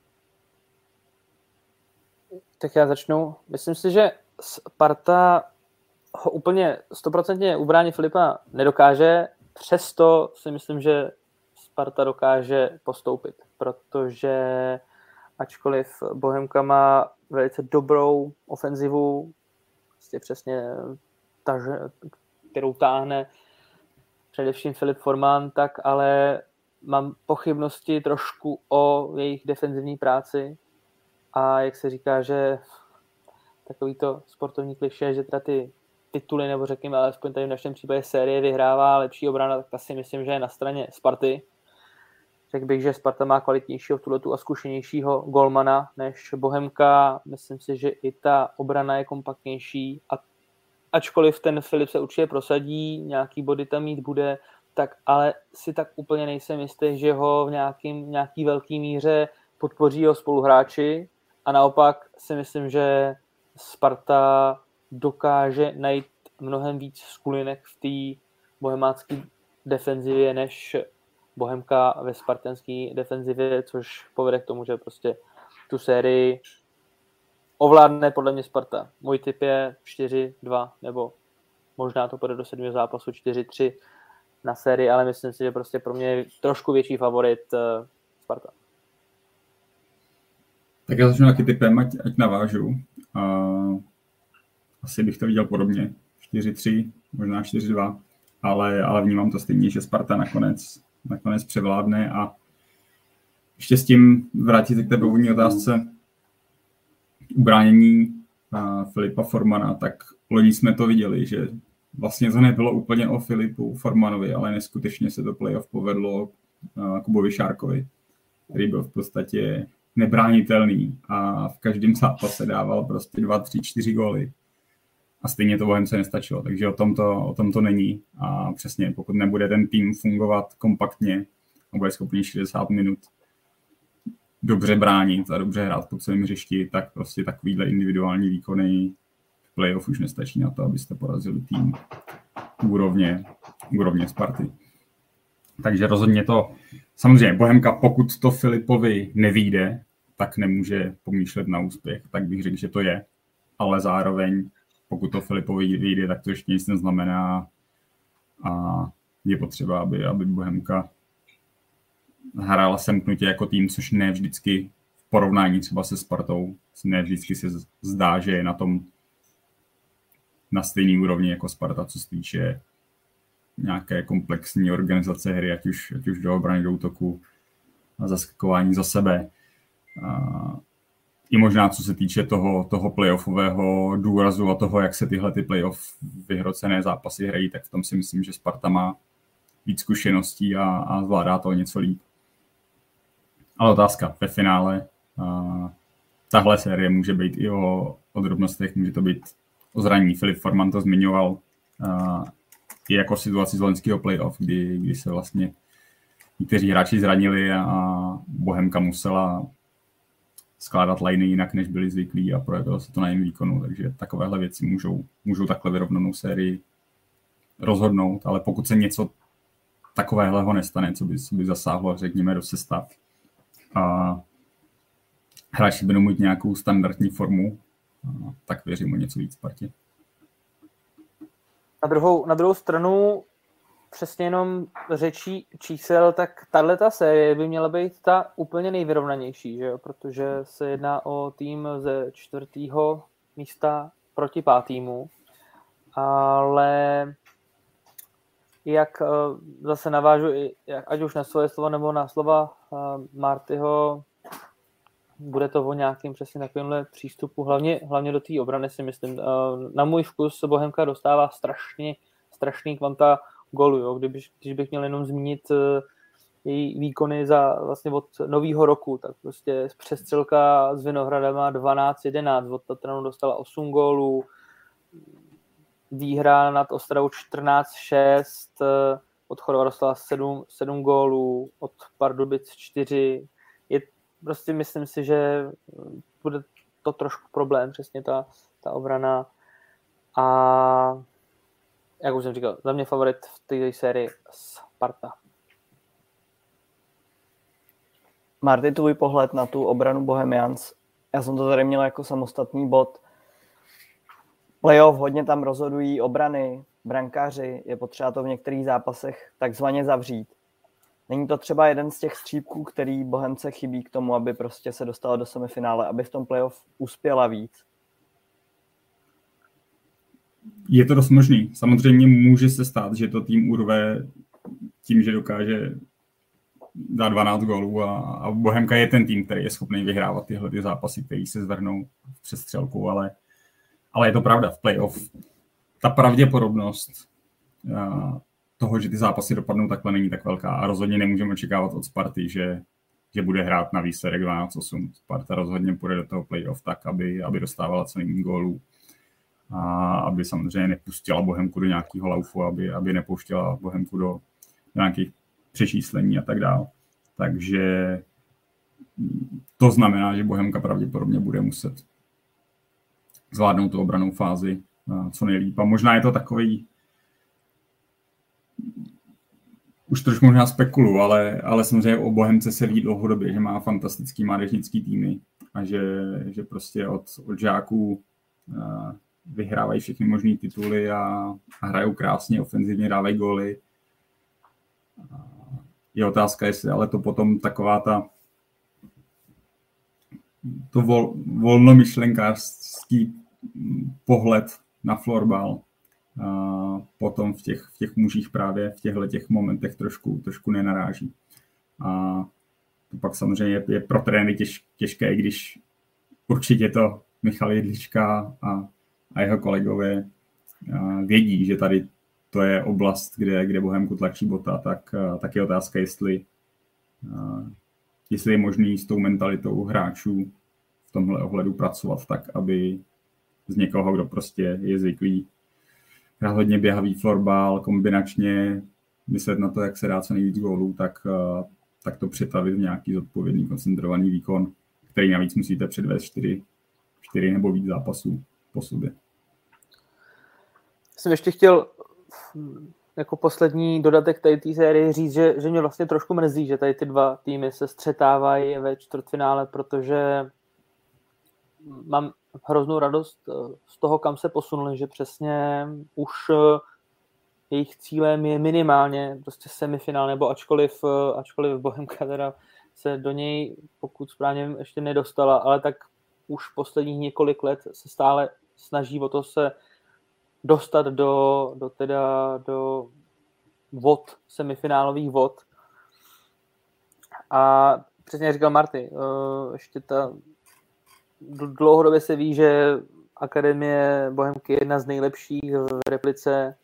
Tak já začnu. Myslím si, že Sparta ho úplně 100% ubránit Filipa nedokáže, přesto si myslím, že Sparta dokáže postoupit, protože ačkoliv Bohemka má velice dobrou ofenzivu, prostě přesně kterou táhne především Filip Forman, tak ale mám pochybnosti trošku o jejich defenzivní práci a jak se říká, že takový to sportovní klišé, že teda ty tituly, nebo řekněme alespoň tady v našem případě série vyhrává lepší obrana, tak ta si myslím, že je na straně Sparty. Řekl bych, že Sparta má kvalitnějšího v tuhletu a zkušenějšího golmana než Bohemka. Myslím si, že i ta obrana je kompaktnější a ačkoliv ten Filip se určitě prosadí, nějaký body tam mít bude, tak ale si tak úplně nejsem jistý, že ho v nějaký velký míře podpoří jeho spoluhráči a naopak si myslím, že Sparta dokáže najít mnohem víc skulinek v té bohemácké defenzivě než Bohemka ve spartanské defenzivě, což povede k tomu, že prostě tu sérii ovládne podle mě Sparta. Můj tip je 4-2, nebo možná to půjde do 7 zápasu 4-3 na sérii, ale myslím si, že prostě pro mě je trošku větší favorit Sparta. Tak já začnu taky typem, ať navážu. Asi bych to viděl podobně. 4-3, možná 4-2, ale vnímám to stejně, že Sparta nakonec převládne a ještě s tím vrátit se k té původní otázce ubránění Filipa Formana, tak loni jsme to viděli, že vlastně to nebylo úplně o Filipu Formanovi, ale neskutečně se to playoff povedlo Kubovi Šárkovi, který byl v podstatě nebránitelný a v každém zápase dával prostě 2, 3, 4 góly. A stejně to Bohemce nestačilo, takže o tom to není. A přesně, pokud nebude ten tým fungovat kompaktně a bude schopný 60 minut dobře bránit a dobře hrát po celém hřišti, tak prostě takovýhle individuální výkony v playoff už nestačí na to, abyste porazili tým úrovně Sparty. Takže rozhodně to, samozřejmě Bohemka, pokud to Filipovi nevyjde, tak nemůže pomýšlet na úspěch, tak bych řekl, že to je, ale zároveň pokud to Filipovi vyjde, tak to ještě nic neznamená a je potřeba, aby Bohemka hrála semknutě jako tým, což ne vždycky v porovnání třeba se Spartou, ne vždycky se zdá, že je na stejný úrovni jako Sparta, co se týče nějaké komplexní organizace hry, ať už do obrany, do útoku a zaskakování za sebe. I možná co se týče toho playoffového důrazu a toho, jak se tyhle ty playoff vyhrocené zápasy hrají, tak v tom si myslím, že Sparta má víc zkušeností a zvládá to něco líp. Ale otázka ve finále. Tahle série může být i o drobnostech, může to být o zranění. Filip Forman to zmiňoval i jako situaci z loňského playoff, kdy se vlastně někteří hráči zranili a Bohemka musela skládat liney jinak, než byli zvyklí a projevilo se to na jejím výkonu. Takže takovéhle věci můžou takhle vyrovnanou sérii rozhodnout, ale pokud se něco takového nestane, co by zasáhlo, řekněme, do sestav a hráči budou mít nějakou standardní formu, tak věřím o něco víc Spartě. Na druhou stranu přesně jenom řečí čísel, tak tato série by měla být ta úplně nejvyrovnanější, že jo? Protože se jedná o tým ze 4. místa proti 5. Ale jak zase navážu, ať už na svoje slova nebo na slova Martyho, bude to o nějakým přesně takovémhle přístupu, hlavně do té obrany si myslím. Na můj vkus Bohemka dostává strašný kvanta gólů, jo? Když bych měl jenom zmínit její výkony vlastně od nového roku, tak prostě přestřelka s Vinohradem má 12-11, od Tatranu dostala 8 gólů, výhra nad Ostravou 14-6, od Chorvatova 7 gólů, od Pardubic 4. Prostě myslím si, že bude to trošku problém, přesně ta obrana. A jak už jsem říkal, za mě favorit v té sérii Sparta. Marty, tvůj pohled na tu obranu Bohemians. Já jsem to tady měl jako samostatný bod. Playoff, hodně tam rozhodují obrany, brankáři, je potřeba to v některých zápasech takzvaně zavřít. Není to třeba jeden z těch střípků, který Bohemce chybí k tomu, aby prostě se dostala do semifinále, aby v tom playoff uspěla víc? Je to dost možný. Samozřejmě může se stát, že to tým urve tím, že dokáže dát 12 gólů a Bohemka je ten tým, který je schopný vyhrávat tyhle ty zápasy, který se zvrhnou v přestřelku, ale je to pravda v playoff. Ta pravděpodobnost toho, že ty zápasy dopadnou takhle, není tak velká a rozhodně nemůžeme očekávat od Sparty, že bude hrát na výsledek 12-8. Sparta rozhodně půjde do toho playoff tak, aby dostávala co nejméně gólů a aby samozřejmě nepustila Bohemku do nějakého laufu, aby nepouštěla Bohemku do nějakých přečíslení a tak dále. Takže to znamená, že Bohemka pravděpodobně bude muset zvládnout tu obrannou fázi co nejlíp. A možná je to takový, už trošku možná spekulu, ale samozřejmě o Bohemce se ví dlouhodobě, že má fantastický mládežnický týmy a že prostě od žáků vyhrávají všechny možný tituly a hrajou krásně, ofenzivně dávají góly. Je otázka, jestli ale to potom taková to volnomyšlenkářský pohled na florbal potom v těch mužích právě v těchto momentech trošku nenaráží. A to pak samozřejmě je pro trény těžké, když určitě to Michal Jedlička a jeho kolegové vědí, že tady to je oblast, kde Bohemku tlačí Bota, tak je otázka, jestli je možný s tou mentalitou hráčů v tomhle ohledu pracovat tak, aby z někoho, kdo prostě je zvyklý hrát hodně běhavý florbal, kombinačně myslet na to, jak se dá co nejvíc gólů, tak to přetavit v nějaký zodpovědný, koncentrovaný výkon, který navíc musíte předvést 4 nebo víc zápasů po sobě. Jsem ještě chtěl jako poslední dodatek tady té série říct, že mě vlastně trošku mrzí, že tady ty dva týmy se střetávají ve čtvrtfinále, protože mám hroznou radost z toho, kam se posunuli, že přesně už jejich cílem je minimálně prostě semifinál, nebo ačkoliv Bohemka teda se do něj, pokud správně ještě nedostala, ale tak už posledních několik let se stále snaží o to se dostat do vod, semifinálových vod. A přesně jak říkal Marty, ještě dlouhodobě se ví, že Akademie Bohemky je jedna z nejlepších v replice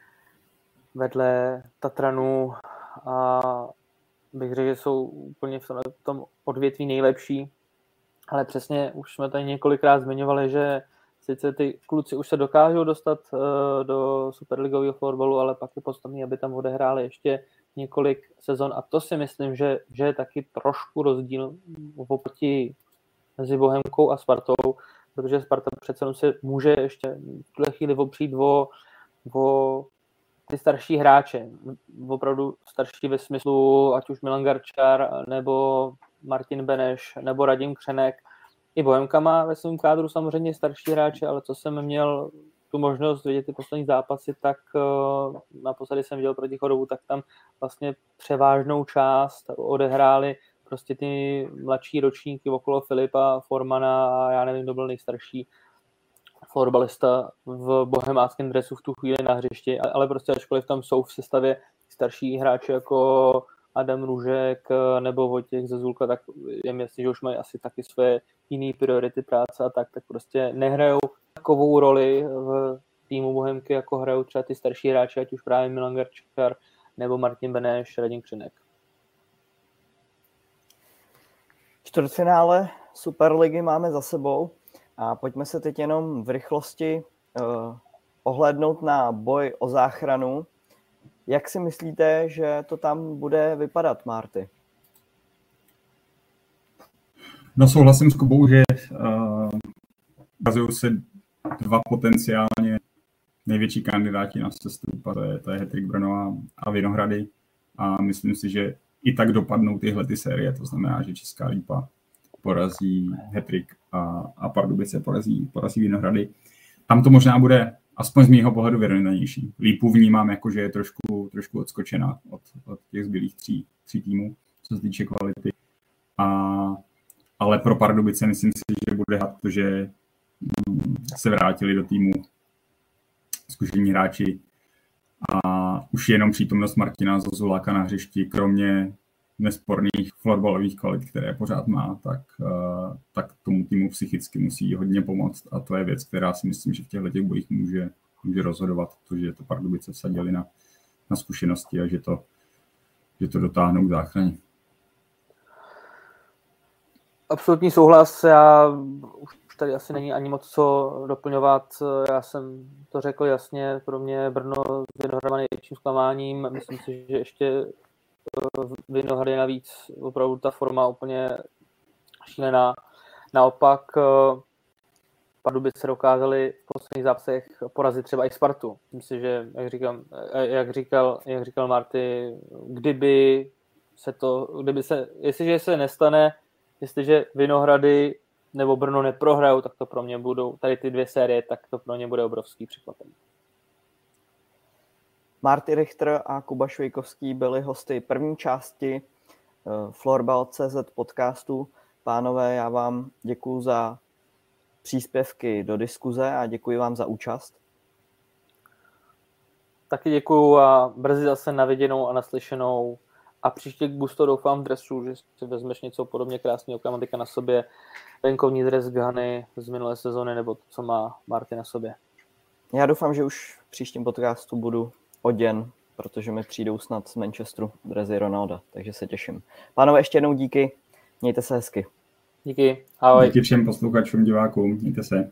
vedle Tatranu a bych řekl, že jsou úplně v tom odvětví nejlepší. Ale přesně už jsme tady několikrát zmiňovali, že sice ty kluci už se dokážou dostat do superligového florbalu, ale pak je podstatný, aby tam odehráli ještě několik sezon. A to si myslím, že je taky trošku rozdíl oproti mezi Bohemkou a Spartou, protože Sparta přece se může ještě v tuhle chvíli opřít o ty starší hráče. Opravdu starší ve smyslu, ať už Milan Garčar, nebo Martin Beneš, nebo Radim Křenek. I Bohemka má ve svém kádru samozřejmě starší hráče, ale co jsem měl tu možnost vidět ty poslední zápasy, tak naposledy jsem viděl proti Chodovu, tak tam vlastně převážnou část odehráli prostě ty mladší ročníky okolo Filipa Formana a já nevím, kdo byl nejstarší florbalista v bohemáckém dresu v tu chvíli na hřišti, ale prostě ačkoliv tam jsou v sestavě starší hráči jako Adam Růžek nebo Vojtěch Zezulka, tak je mi jasný, že už mají asi taky své jiné priority práce a tak prostě nehrajou takovou roli v týmu Bohemky, jako hrajou třeba ty starší hráči, ať už právě Milan Garčar nebo Martin Beneš, Radim Křenek. Čtvrtfinále Superligy máme za sebou a pojďme se teď jenom v rychlosti ohlédnout na boj o záchranu. Jak si myslíte, že to tam bude vypadat, Marty? No, souhlasím s Kubou, že ukazují se dva potenciálně největší kandidáti na sestup, to je Hattrick Brno a Vinohrady. A myslím si, že i tak dopadnou tyhle ty série, to znamená, že Česká Lípa porazí Hattrick a Pardubice porazí Vinohrady. Tam to možná bude, aspoň z mého pohledu, vyrovnanější. Lípu vnímám jako, že je trošku odskočená od těch zbylých tří týmů, co se týče kvality. Ale pro Pardubice myslím si, že bude hrát to, že se vrátili do týmu zkušení hráči a už jenom přítomnost Martina Zozuláka na hřišti, kromě nesporných florbalových kvalit, které pořád má, tak tomu týmu psychicky musí hodně pomoct a to je věc, která si myslím, že v těchto bojích může rozhodovat, protože to Pardubice vsadili na zkušenosti a že to dotáhnou k záchraně. Absolutní souhlas, já už tady asi není ani moc co doplňovat, já jsem to řekl jasně, pro mě Brno s Vinohradama největším zklamáním, myslím si, že ještě Vinohrady navíc opravdu ta forma úplně šílená. Naopak Pardubice dokázali v posledních zápasech porazit třeba i Spartu. Myslím si, že, jak říkal Marty, jestliže se nestane, jestliže Vinohrady nebo Brno neprohrajou, tak to pro mě budou, tady ty dvě série, tak to pro mě bude obrovský překvapení. Marty Richter a Kuba Švejkovský byli hosty první části Florbal.cz podcastu. Pánové, já vám děkuju za příspěvky do diskuze a děkuji vám za účast. Taky děkuju a brzy zase na viděnou a naslyšenou. A příště k Busto doufám v dresu, že si vezmeš něco podobně krásného Klamatika na sobě. Venkovní dres Ghany z minulé sezóny, nebo to, co má Marty na sobě. Já doufám, že už v příštím podcastu budu oděn, protože mi přijdou snad z Manchesteru dresy Ronalda, takže se těším. Pánové, ještě jednou díky, mějte se hezky. Díky, ahoj. Díky všem posluchačům, divákům, mějte se.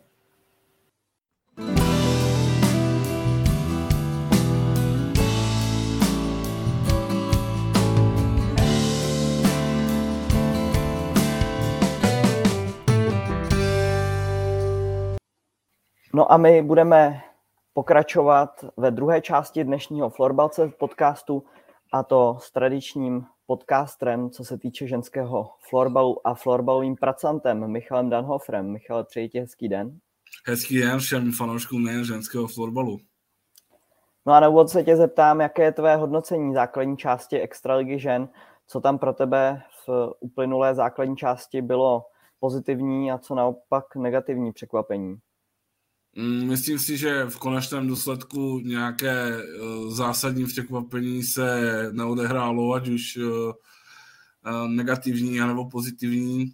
No a my budeme pokračovat ve druhé části dnešního Florbal.cz podcastu, a to s tradičním podcasterem, co se týče ženského florbalu a florbalovým pracantem Michalem Danhoferem. Michale, přeji ti hezký den. Hezký den všem fanouškům nejen ženského florbalu. No a na úvod se tě zeptám, jaké je tvé hodnocení základní části Extraligy žen, co tam pro tebe v uplynulé základní části bylo pozitivní a co naopak negativní překvapení? Myslím si, že v konečném důsledku nějaké zásadní překvapení se neodehrálo, ať už negativní nebo pozitivní.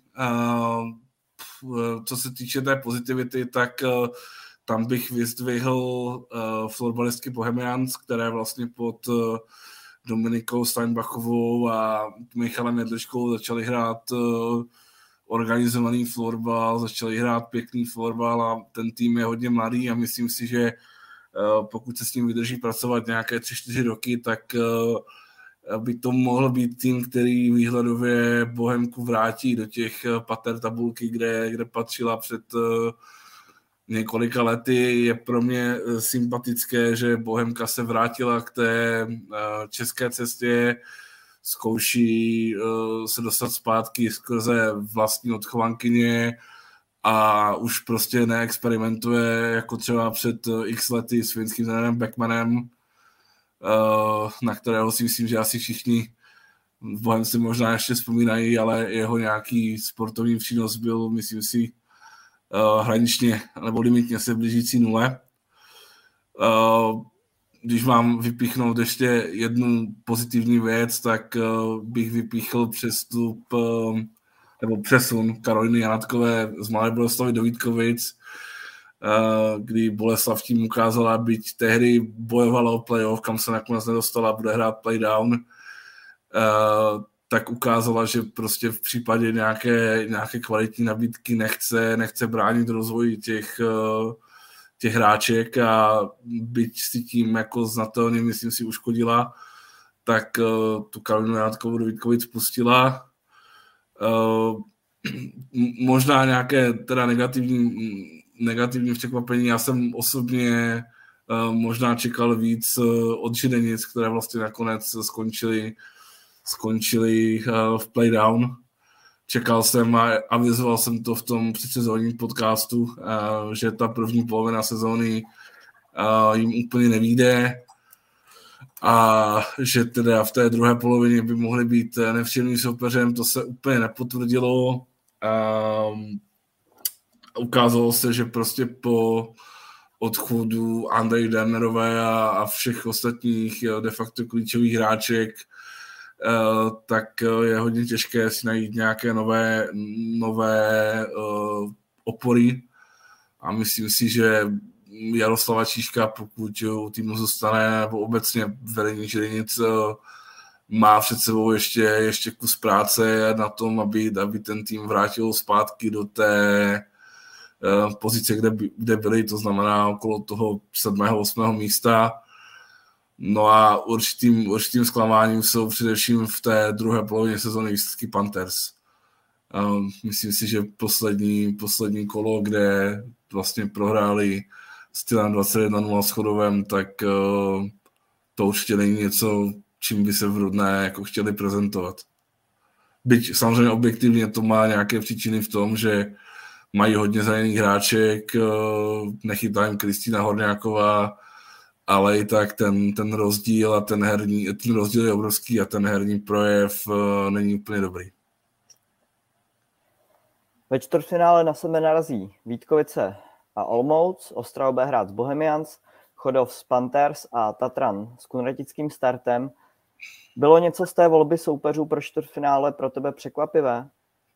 Co se týče té pozitivity, tak tam bych vyzdvihl florbalistky Bohemians, které vlastně pod Dominikou Steinbachovou a Michalem Jedličkou začaly hrát organizovaný florbal, začali hrát pěkný florbal a ten tým je hodně mladý a myslím si, že pokud se s ním vydrží pracovat nějaké 3-4 roky, tak by to mohl být tým, který výhledově Bohemku vrátí do těch pater tabulky, kde patřila před několika lety. Je pro mě sympatické, že Bohemka se vrátila k té české cestě, zkouší se dostat zpátky skrze vlastní odchovankyně a už prostě neexperimentuje jako třeba před x lety s finským trenérem Beckmanem, na kterého si myslím, že asi všichni v Bohemci možná ještě vzpomínají, ale jeho nějaký sportovní přínos byl, myslím si, hraničně nebo limitně se blížící nule. Když mám vypíchnout ještě jednu pozitivní věc, tak bych vypíchl přesun Karoliny Janatkové z Malé Boleslavy do Vítkovic, kdy Boleslav tím ukázala, byť tehdy bojovala o playoff, kam se nakonec nedostala, bude hrát playdown, tak ukázala, že prostě v případě nějaké kvalitní nabídky nechce bránit rozvoji těch hráček a byť si tím jako znatelně, myslím si, uškodila, tak tu Karolinu Janátkovou do Vítkovic pustila. Možná nějaké teda negativní překvapení. Já jsem osobně možná čekal víc od Židenic, které vlastně nakonec skončili v playdown. Čekal jsem a avizoval jsem to v tom předsezónním podcastu, že ta první polovina sezóny jim úplně nevyjde a že teda v té druhé polovině by mohli být nepříjemným soupeřem. To se úplně nepotvrdilo. Ukázalo se, že prostě po odchodu Andreji Dernerové a všech ostatních de facto klíčových hráček, tak je hodně těžké si najít nějaké nové opory a myslím si, že Jaroslava Číška, pokud u týmu zůstane, nebo obecně vedení Žilinic, má před sebou ještě kus práce na tom, aby ten tým vrátil zpátky do té pozice, kde byli, to znamená okolo toho 7. 8. místa. No a určitým zklamáním jsou především v té druhé polovině sezóny výsledky Panthers. Myslím si, že poslední kolo, kde vlastně prohráli stylem 21-0 s Chodovem, tak to určitě není něco, čím by se v Rudné jako chtěli prezentovat. Byť samozřejmě objektivně to má nějaké příčiny v tom, že mají hodně zraněných hráček, nechytá jim Kristýna Horňáková, ale i tak ten rozdíl a ten rozdíl je obrovský a ten herní projev není úplně dobrý. Ve čtvrtfinále na sebe narazí Vítkovice a Olomouc, Ostrava bude hrát s Bohemians, Chodov s Panthers a Tatran s kunratickým startem. Bylo něco z té volby soupeřů pro čtvrtfinále pro tebe překvapivé?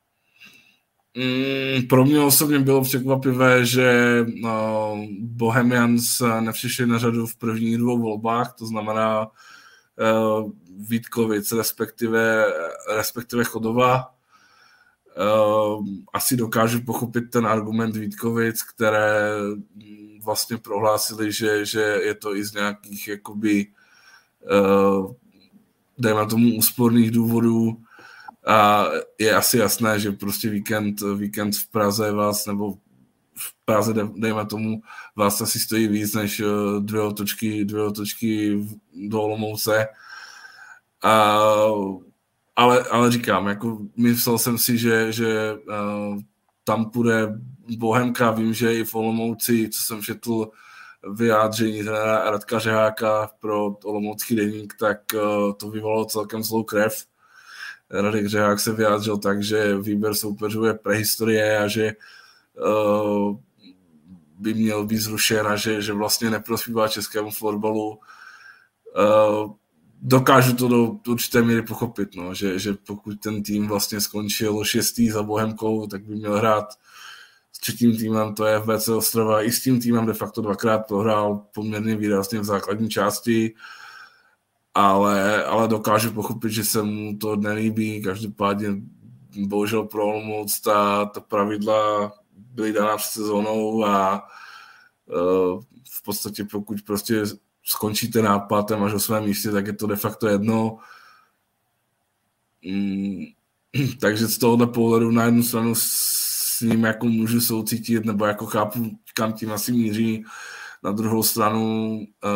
Pro mě osobně bylo překvapivé, že Bohemians nepřišli na řadu v prvních 2 volbách, to znamená Vítkovic, respektive Chodova. Asi dokážu pochopit ten argument Vítkovic, které vlastně prohlásili, že je to i z nějakých jakoby dejme tomu úsporných důvodů. A je asi jasné, že prostě víkend v Praze vás, nebo v Praze, dejme tomu, vás asi stojí víc než dvě otočky do Olomouce. Ale říkám, jako myslel jsem si, že tam půjde Bohemka. Vím, že i v Olomouci, co jsem četl vyjádření Radka Řeháka pro olomoucký deník, tak to vyvolalo celkem zlou krev. Radek Řehák se vyjádřil tak, že výběr soupeřů je prehistorie a že by měl být zrušen a že vlastně neprospívá českému florbalu. Dokážu to do určité míry pochopit, no, že pokud ten tým vlastně skončil 6. za Bohemkou, tak by měl hrát s 3. týmem, to je FBC Ostrava, i s tím týmem de facto 2krát prohrál poměrně výrazně v základní části, ale dokážu pochopit, že se mu to nelíbí. Každopádně bohužel pro Olomouc ta pravidla byly daná před sezónou a v podstatě pokud prostě skončíte nápadem až o svém místě, tak je to de facto jedno. Takže z tohohle pohledu na jednu stranu s ním jako můžu soucítit, nebo jako chápu, kam tím asi míří. Na druhou stranu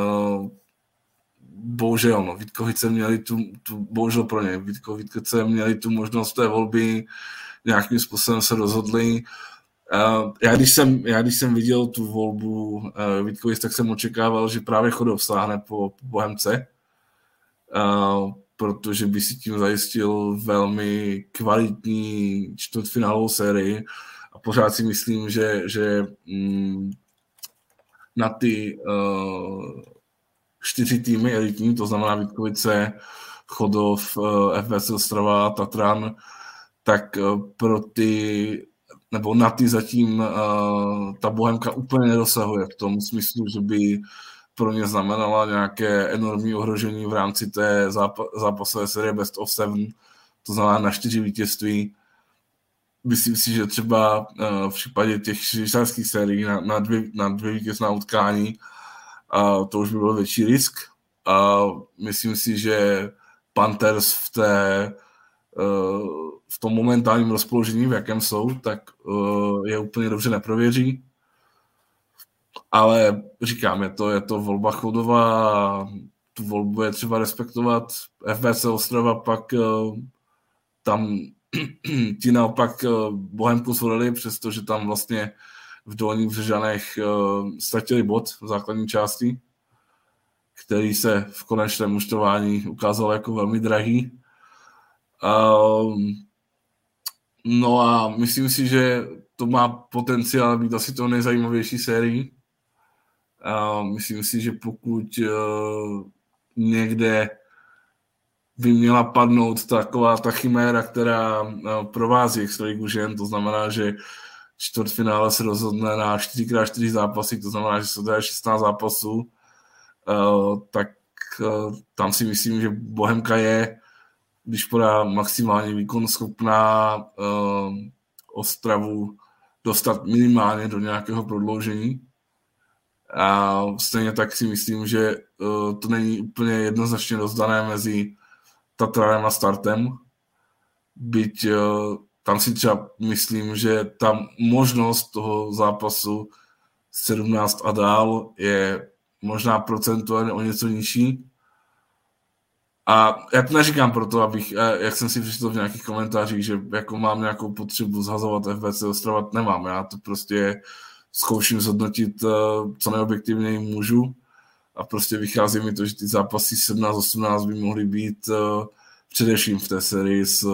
bohužel, no, Vítkovice měli bohužel pro ně, Vítkovice měli tu možnost té volby, nějakým způsobem se rozhodli. Já když jsem viděl tu volbu Vítkovic, tak jsem očekával, že právě Chodov sáhne po Bohemce, protože by si tím zajistil velmi kvalitní čtvrtfinálovou sérii a pořád si myslím, že na ty 4 týmy elitní, to znamená Vítkovice, Chodov, FBC Ostrava, Tatran, tak pro ty nebo na ty zatím ta Bohemka úplně nedosahuje v tom smyslu, že by pro ně znamenala nějaké enormní ohrožení v rámci té zápasové série Best of 7, to znamená na 4 vítězství. myslím si, že třeba v případě těch švýcarských sérií na dvě vítězná utkání to už by byl větší risk. Myslím si, že Panthers v tom momentálním rozpoložení, v jakém jsou, tak je úplně dobře neprověří. Ale říkám, je to volba chodová, tu volbu je třeba respektovat. FBC Ostrava pak tam ti naopak Bohemku zvolili, přestože tam vlastně v Dolních Břežanech ztratili bod v základní části, který se v konečném muštování ukázal jako velmi drahý. No a myslím si, že to má potenciál být asi to nejzajímavější sérii. Myslím si, že pokud někde by měla padnout taková ta chiméra, která provází extraligu žen, to znamená, že čtvrtfinále se rozhodne na 4x4 zápasy, to znamená, že se dá 16 zápasů, tak tam si myslím, že Bohemka je, když podá maximální výkon, schopná Ostravu dostat minimálně do nějakého prodloužení. A stejně tak si myslím, že to není úplně jednoznačně rozdané mezi Tatranem a Startem. Byť tam si třeba myslím, že ta možnost toho zápasu 17 a dál je možná procentuálně o něco nižší. A já to neříkám proto, abych, jak jsem si přečetl v nějakých komentářích, že jako mám nějakou potřebu zhazovat FBC Ostrava, nemám. Já to prostě zkouším zhodnotit, co nejobjektivněji můžu. A prostě vychází mi to, že ty zápasy 17-18 by mohly být především v té sérii z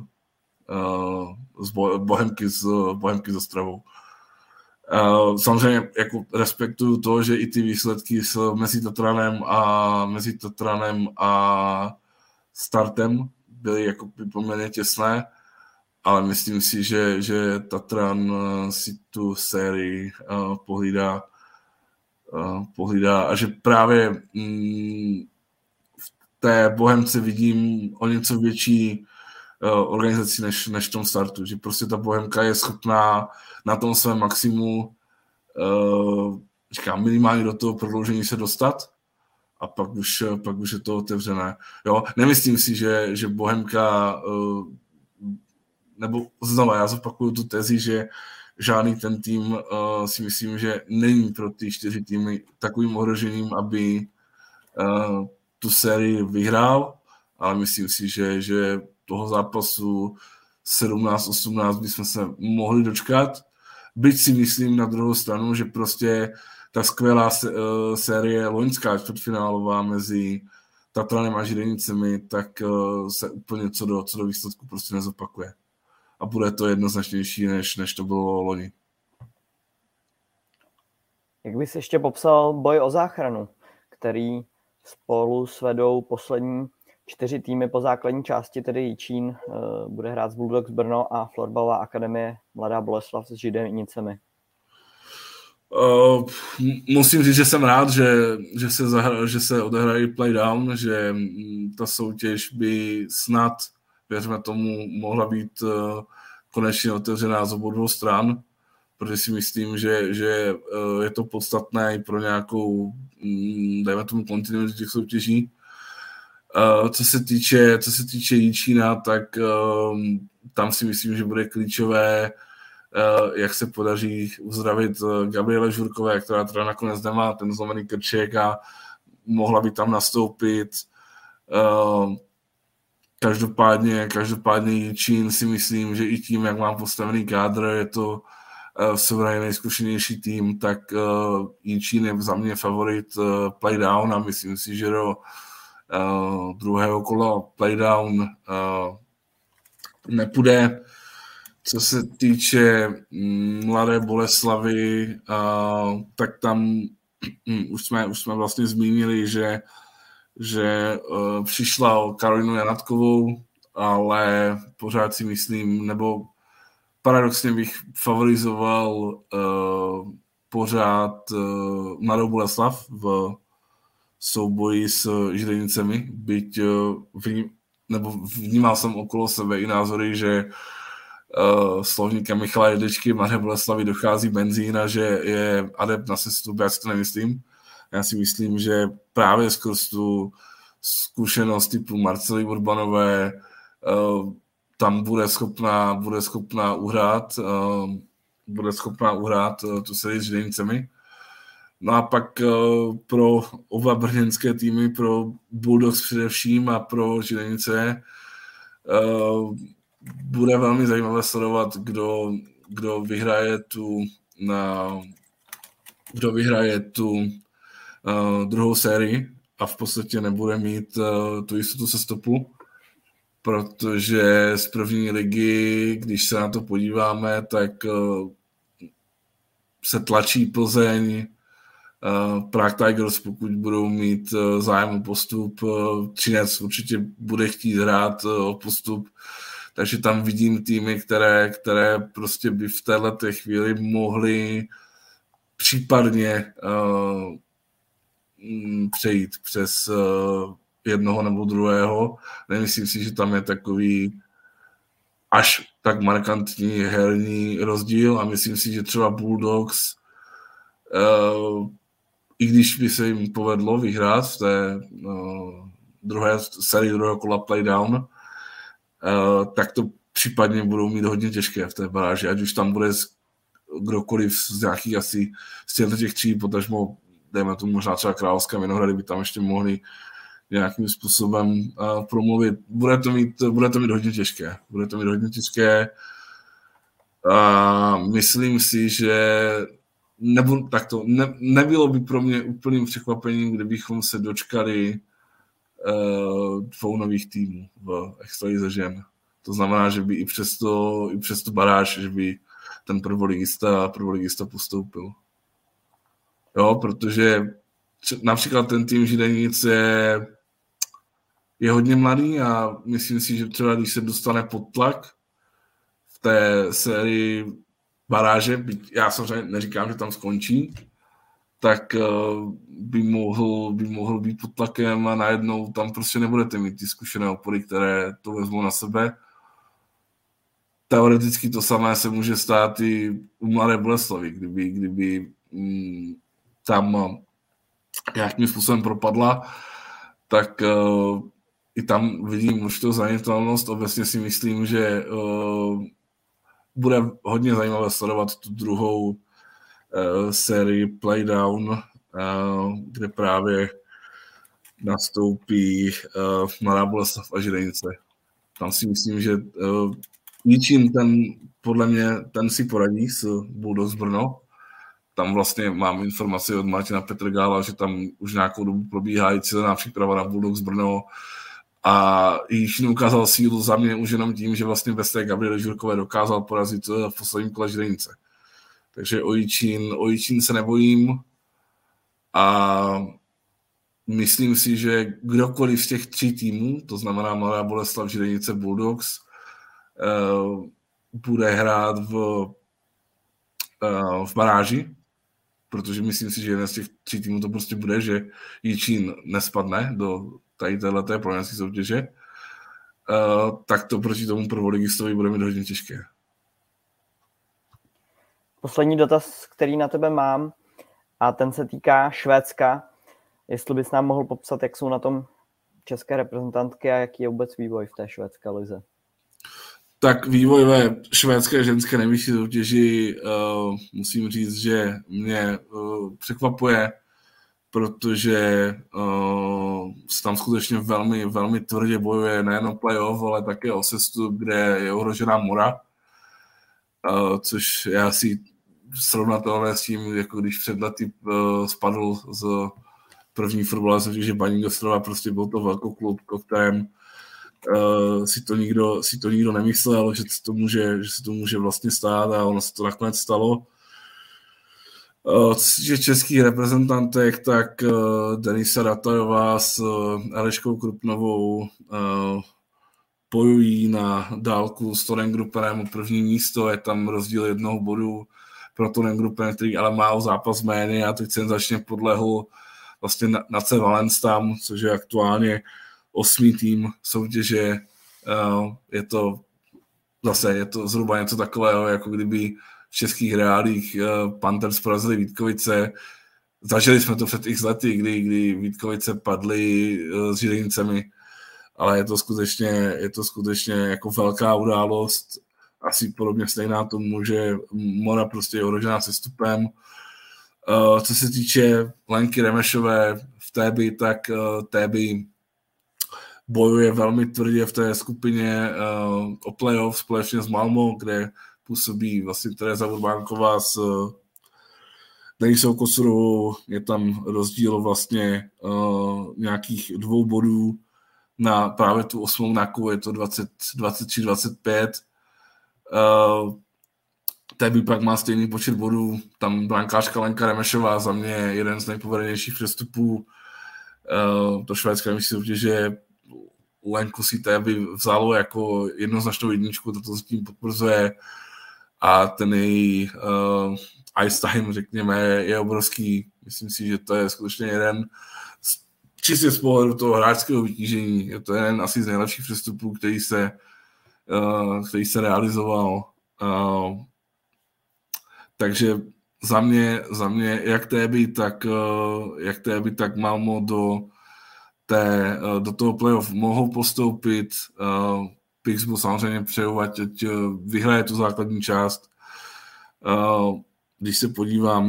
Bohemky s Ostravou. Samozřejmě jako respektuju to, že i ty výsledky mezi Tatranem a Startem byly jako poměrně těsné, ale myslím si, že Tatran si tu sérii pohlídá a že právě v té Bohemce vidím o něco větší organizaci než v tom Startu, že prostě ta Bohemka je schopná na tom svém maximu říkám, minimálně do toho prodloužení se dostat a pak už je to otevřené. Jo? Nemyslím si, že Bohemka nebo znova, já zopakuju tu tezi, že žádný ten tým si myslím, že není pro ty 4 týmy takovým ohrožením, aby tu sérii vyhrál, ale myslím si, že toho zápasu 17-18 bychom se mohli dočkat. Byť si myslím na druhou stranu, že prostě ta skvělá série loňská čtvrtfinálová mezi Tatranem a Židenicemi, tak se úplně co do výsledku prostě nezopakuje. A bude to jednoznačnější, než to bylo loni. Jak bys ještě popsal boj o záchranu, který spolu svedou poslední 4 týmy po základní části, tedy Jičín bude hrát s Bulldogs Brno a Florbalová akademie Mladá Boleslav s Židenicemi. Musím říct, že jsem rád, že se odehrají playdown, že ta soutěž by snad, věřme tomu, mohla být konečně otevřená z obou dvou stran, protože si myslím, že je to podstatné i pro nějakou, dejme tomu, kontinuitu těch soutěží. Co se týče Jičína, tak tam si myslím, že bude klíčové, jak se podaří uzdravit Gabriele Žurkové, která teda nakonec nemá ten zlomený krček a mohla by tam nastoupit. Každopádně Jičín si myslím, že i tím, jak mám postavený kádr, je to suverénně nejzkušenější tým, tak Jičín je za mě favorit playdown a myslím si, že do druhého kola playdown nepůjde. Co se týče Mladé Boleslavy, tak tam už jsme vlastně zmínili, že přišla o Karolinu Janatkovou, ale pořád si myslím, nebo paradoxně bych favorizoval pořád Mladou Boleslav v souboji s Židenicemi, byť vnímal jsem okolo sebe i názory, že slovníkem Michala Jedličky Mladé Boleslavi dochází benzín a že je adept na sestup, já si to nemyslím. Já si myslím, že právě skrz tu zkušenost typu Marcely Urbanové tam bude schopná uhrát tu sérii s Židenicemi. No a pak pro oba brněnské týmy, pro Bulldogs především a pro Židenice bude velmi zajímavé sledovat, kdo vyhraje tu druhou sérii a v podstatě nebude mít tu jistotu sestupu, protože z první ligy, když se na to podíváme, tak se tlačí Plzeň, Prague Tigers, pokud budou mít zájem o postup, Třinec určitě bude chtít hrát o postup, takže tam vidím týmy, které prostě by v této chvíli mohly případně přejít přes jednoho nebo druhého. Nemyslím si, že tam je takový až tak markantní herní rozdíl a myslím si, že třeba Bulldogs, i když by se jim povedlo vyhrát v té druhé sérii druhého kola playdown, tak to případně budou mít hodně těžké v té baráži, ať už tam bude kdokoliv z nějakých asi z těch tří, potažmo dejme tomu možná třeba Královská Vinohrady by tam ještě mohli nějakým způsobem promluvit. Bude to mít hodně těžké. A myslím si, že nebylo by pro mě úplným překvapením, kdybychom se dočkali 2 nových týmů v extralize žen. To znamená, že by i přes tu baráž, že by ten prvoligista postoupil. Jo, protože například ten tým Židenic je hodně mladý a myslím si, že třeba když se dostane pod tlak v té sérii baráže, já samozřejmě neříkám, že tam skončí, tak by mohl být pod tlakem a najednou tam prostě nebudete mít ty zkušené opory, které to vezmou na sebe. Teoreticky to samé se může stát i u Mladé Boleslavy, kdyby tam nějakým způsobem propadla, tak i tam vidím určitou zranitelnost. Obecně si myslím, že bude hodně zajímavé sledovat tu druhou sérii Playdown, kde právě nastoupí Mladá Boleslav a Židenice. Tam si myslím, že Jičín podle mě ten si poradí s Bulldogs Brno. Tam vlastně mám informaci od Martina Petrgála, že tam už nějakou dobu probíhá i cílená příprava na Bulldogs Brno a Jičín ukázal sílu za mě už jenom tím, že vlastně bez té Gabriely Žurkové dokázal porazit v posledním kole Židenice. Takže o Jičín se nebojím a myslím si, že kdokoliv z těch 3 týmů, to znamená Mladá Boleslav, Židenice, Bulldogs, bude hrát v baráži, protože myslím si, že jeden z těch 3 týmů to prostě bude, že Jičín nespadne do téhleté proměnské soutěže, tak to proti tomu prvoligistovi bude mít hodně těžké. Poslední dotaz, který na tebe mám, a ten se týká Švédska. Jestli bys nám mohl popsat, jak jsou na tom české reprezentantky a jaký je vůbec vývoj v té švédské lize. Tak vývoj ve švédské ženské nejvyšší soutěži musím říct, že mě překvapuje, protože se tam skutečně velmi, velmi tvrdě bojuje nejen playoff, ale také o sestup, kde je ohrožená Mora, což je asi srovnatelné s tím, jako když před lety spadl z první fotbalové soutěže Baník Ostrava, prostě byl to velkoklub, o kterém si to nikdo nemyslel, že se to může vlastně stát a ono se to nakonec stalo. Co se týče českých reprezentantek, tak Denisa Ratajová s Eliškou Krupnovou bojují na dálku s Torengrupenem o první místo, je tam rozdíl 1 bodu pro Torengrupen, který ale má o zápas méně a teď senzačně podlehl vlastně na C Valenstam, což je aktuálně 8. tým soutěže. Je to zase je to zhruba něco takového, jako kdyby v českých reálích Panthers porazili Vítkovice. Zažili jsme to před x lety, kdy Vítkovice padly s Žilincemi, ale je to skutečně jako velká událost. Asi podobně stejná tomu, že Mora prostě je ohrožená sestupem. Co se týče Lenky Remešové v Téby, tak Téby bojuje velmi tvrdě v té skupině o playoff společně s Malmö, kde působí vlastně Tereza Urbánková s Denisou Kosurovou. Je tam rozdíl vlastně nějakých 2 bodů na právě tu 8. náku, je to 23-25. Téby pak má stejný počet bodů, tam brankářka Lenka Remešová za mě je jeden z nejpovedenějších přestupů do švédské místní soutěže. Lenku si Téby vzalo jako jednoznačnou jedničku, toto s tím potvrzuje a ten její ice time, řekněme, je obrovský. Myslím si, že to je skutečně jeden čistě z pohledu toho hráčského vytížení, je to jeden asi z nejlepších přestupů, který se realizoval. Takže za mě jak Téby, tak Malmö do toho playoff mohou postoupit. Pixbu samozřejmě přeju, ať vyhraje tu základní část. Když se podívám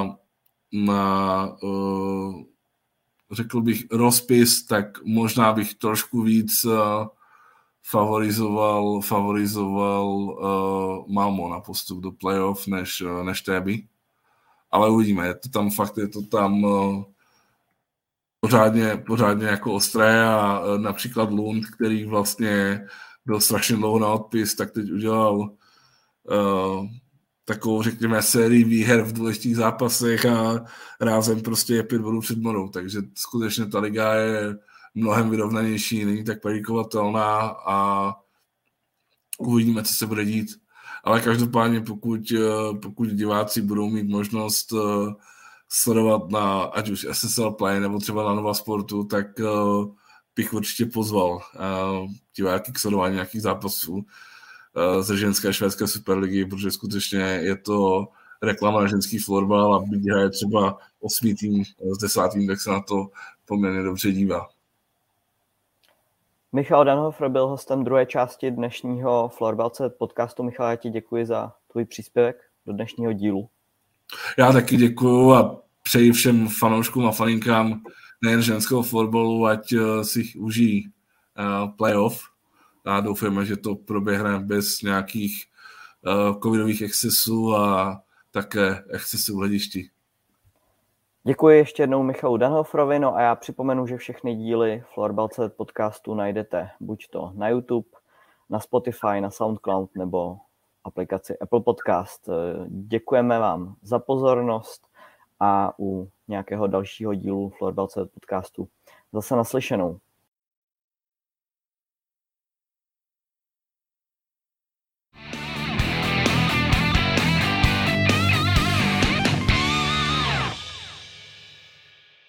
na řekl bych rozpis, tak možná bych trošku víc favorizoval Malmö na postup do playoff než Téby. Ale uvidíme, je to tam pořádně jako ostré a například Lund, který vlastně byl strašně dlouho na odpis, tak teď udělal takovou, řekněme, sérii výher v důležitých zápasech a rázem prostě je 5 bodů před Morou, takže skutečně ta liga je mnohem vyrovnanější, není tak predikovatelná a uvidíme, co se bude dít. Ale každopádně, pokud diváci budou mít možnost sledovat na ať už SSL Play nebo třeba na Nova Sportu, tak bych určitě pozval diváky k sledování nějakých zápasů z ženské švédské superligy, protože skutečně je to reklama na ženský florbal a když hraje třeba 8. tým s 10. tak se na to poměrně dobře dívá. Michal Danhofer byl hostem druhé části dnešního Florbal.cz podcastu. Michal, já ti děkuji za tvůj příspěvek do dnešního dílu. Já taky děkuju a přeji všem fanouškům a faninkám nejen ženského florbalu, ať si užijí playoff. A doufáme, že to proběhne bez nějakých covidových excesů a také excesů v hledišti. Děkuji ještě jednou Michalu Danhoferovi, no a já připomenu, že všechny díly Florbal.cz podcastu najdete buď to na YouTube, na Spotify, na SoundCloud nebo aplikaci Apple Podcast. Děkujeme vám za pozornost a u nějakého dalšího dílu Florbal.cz podcastu zase naslyšenou.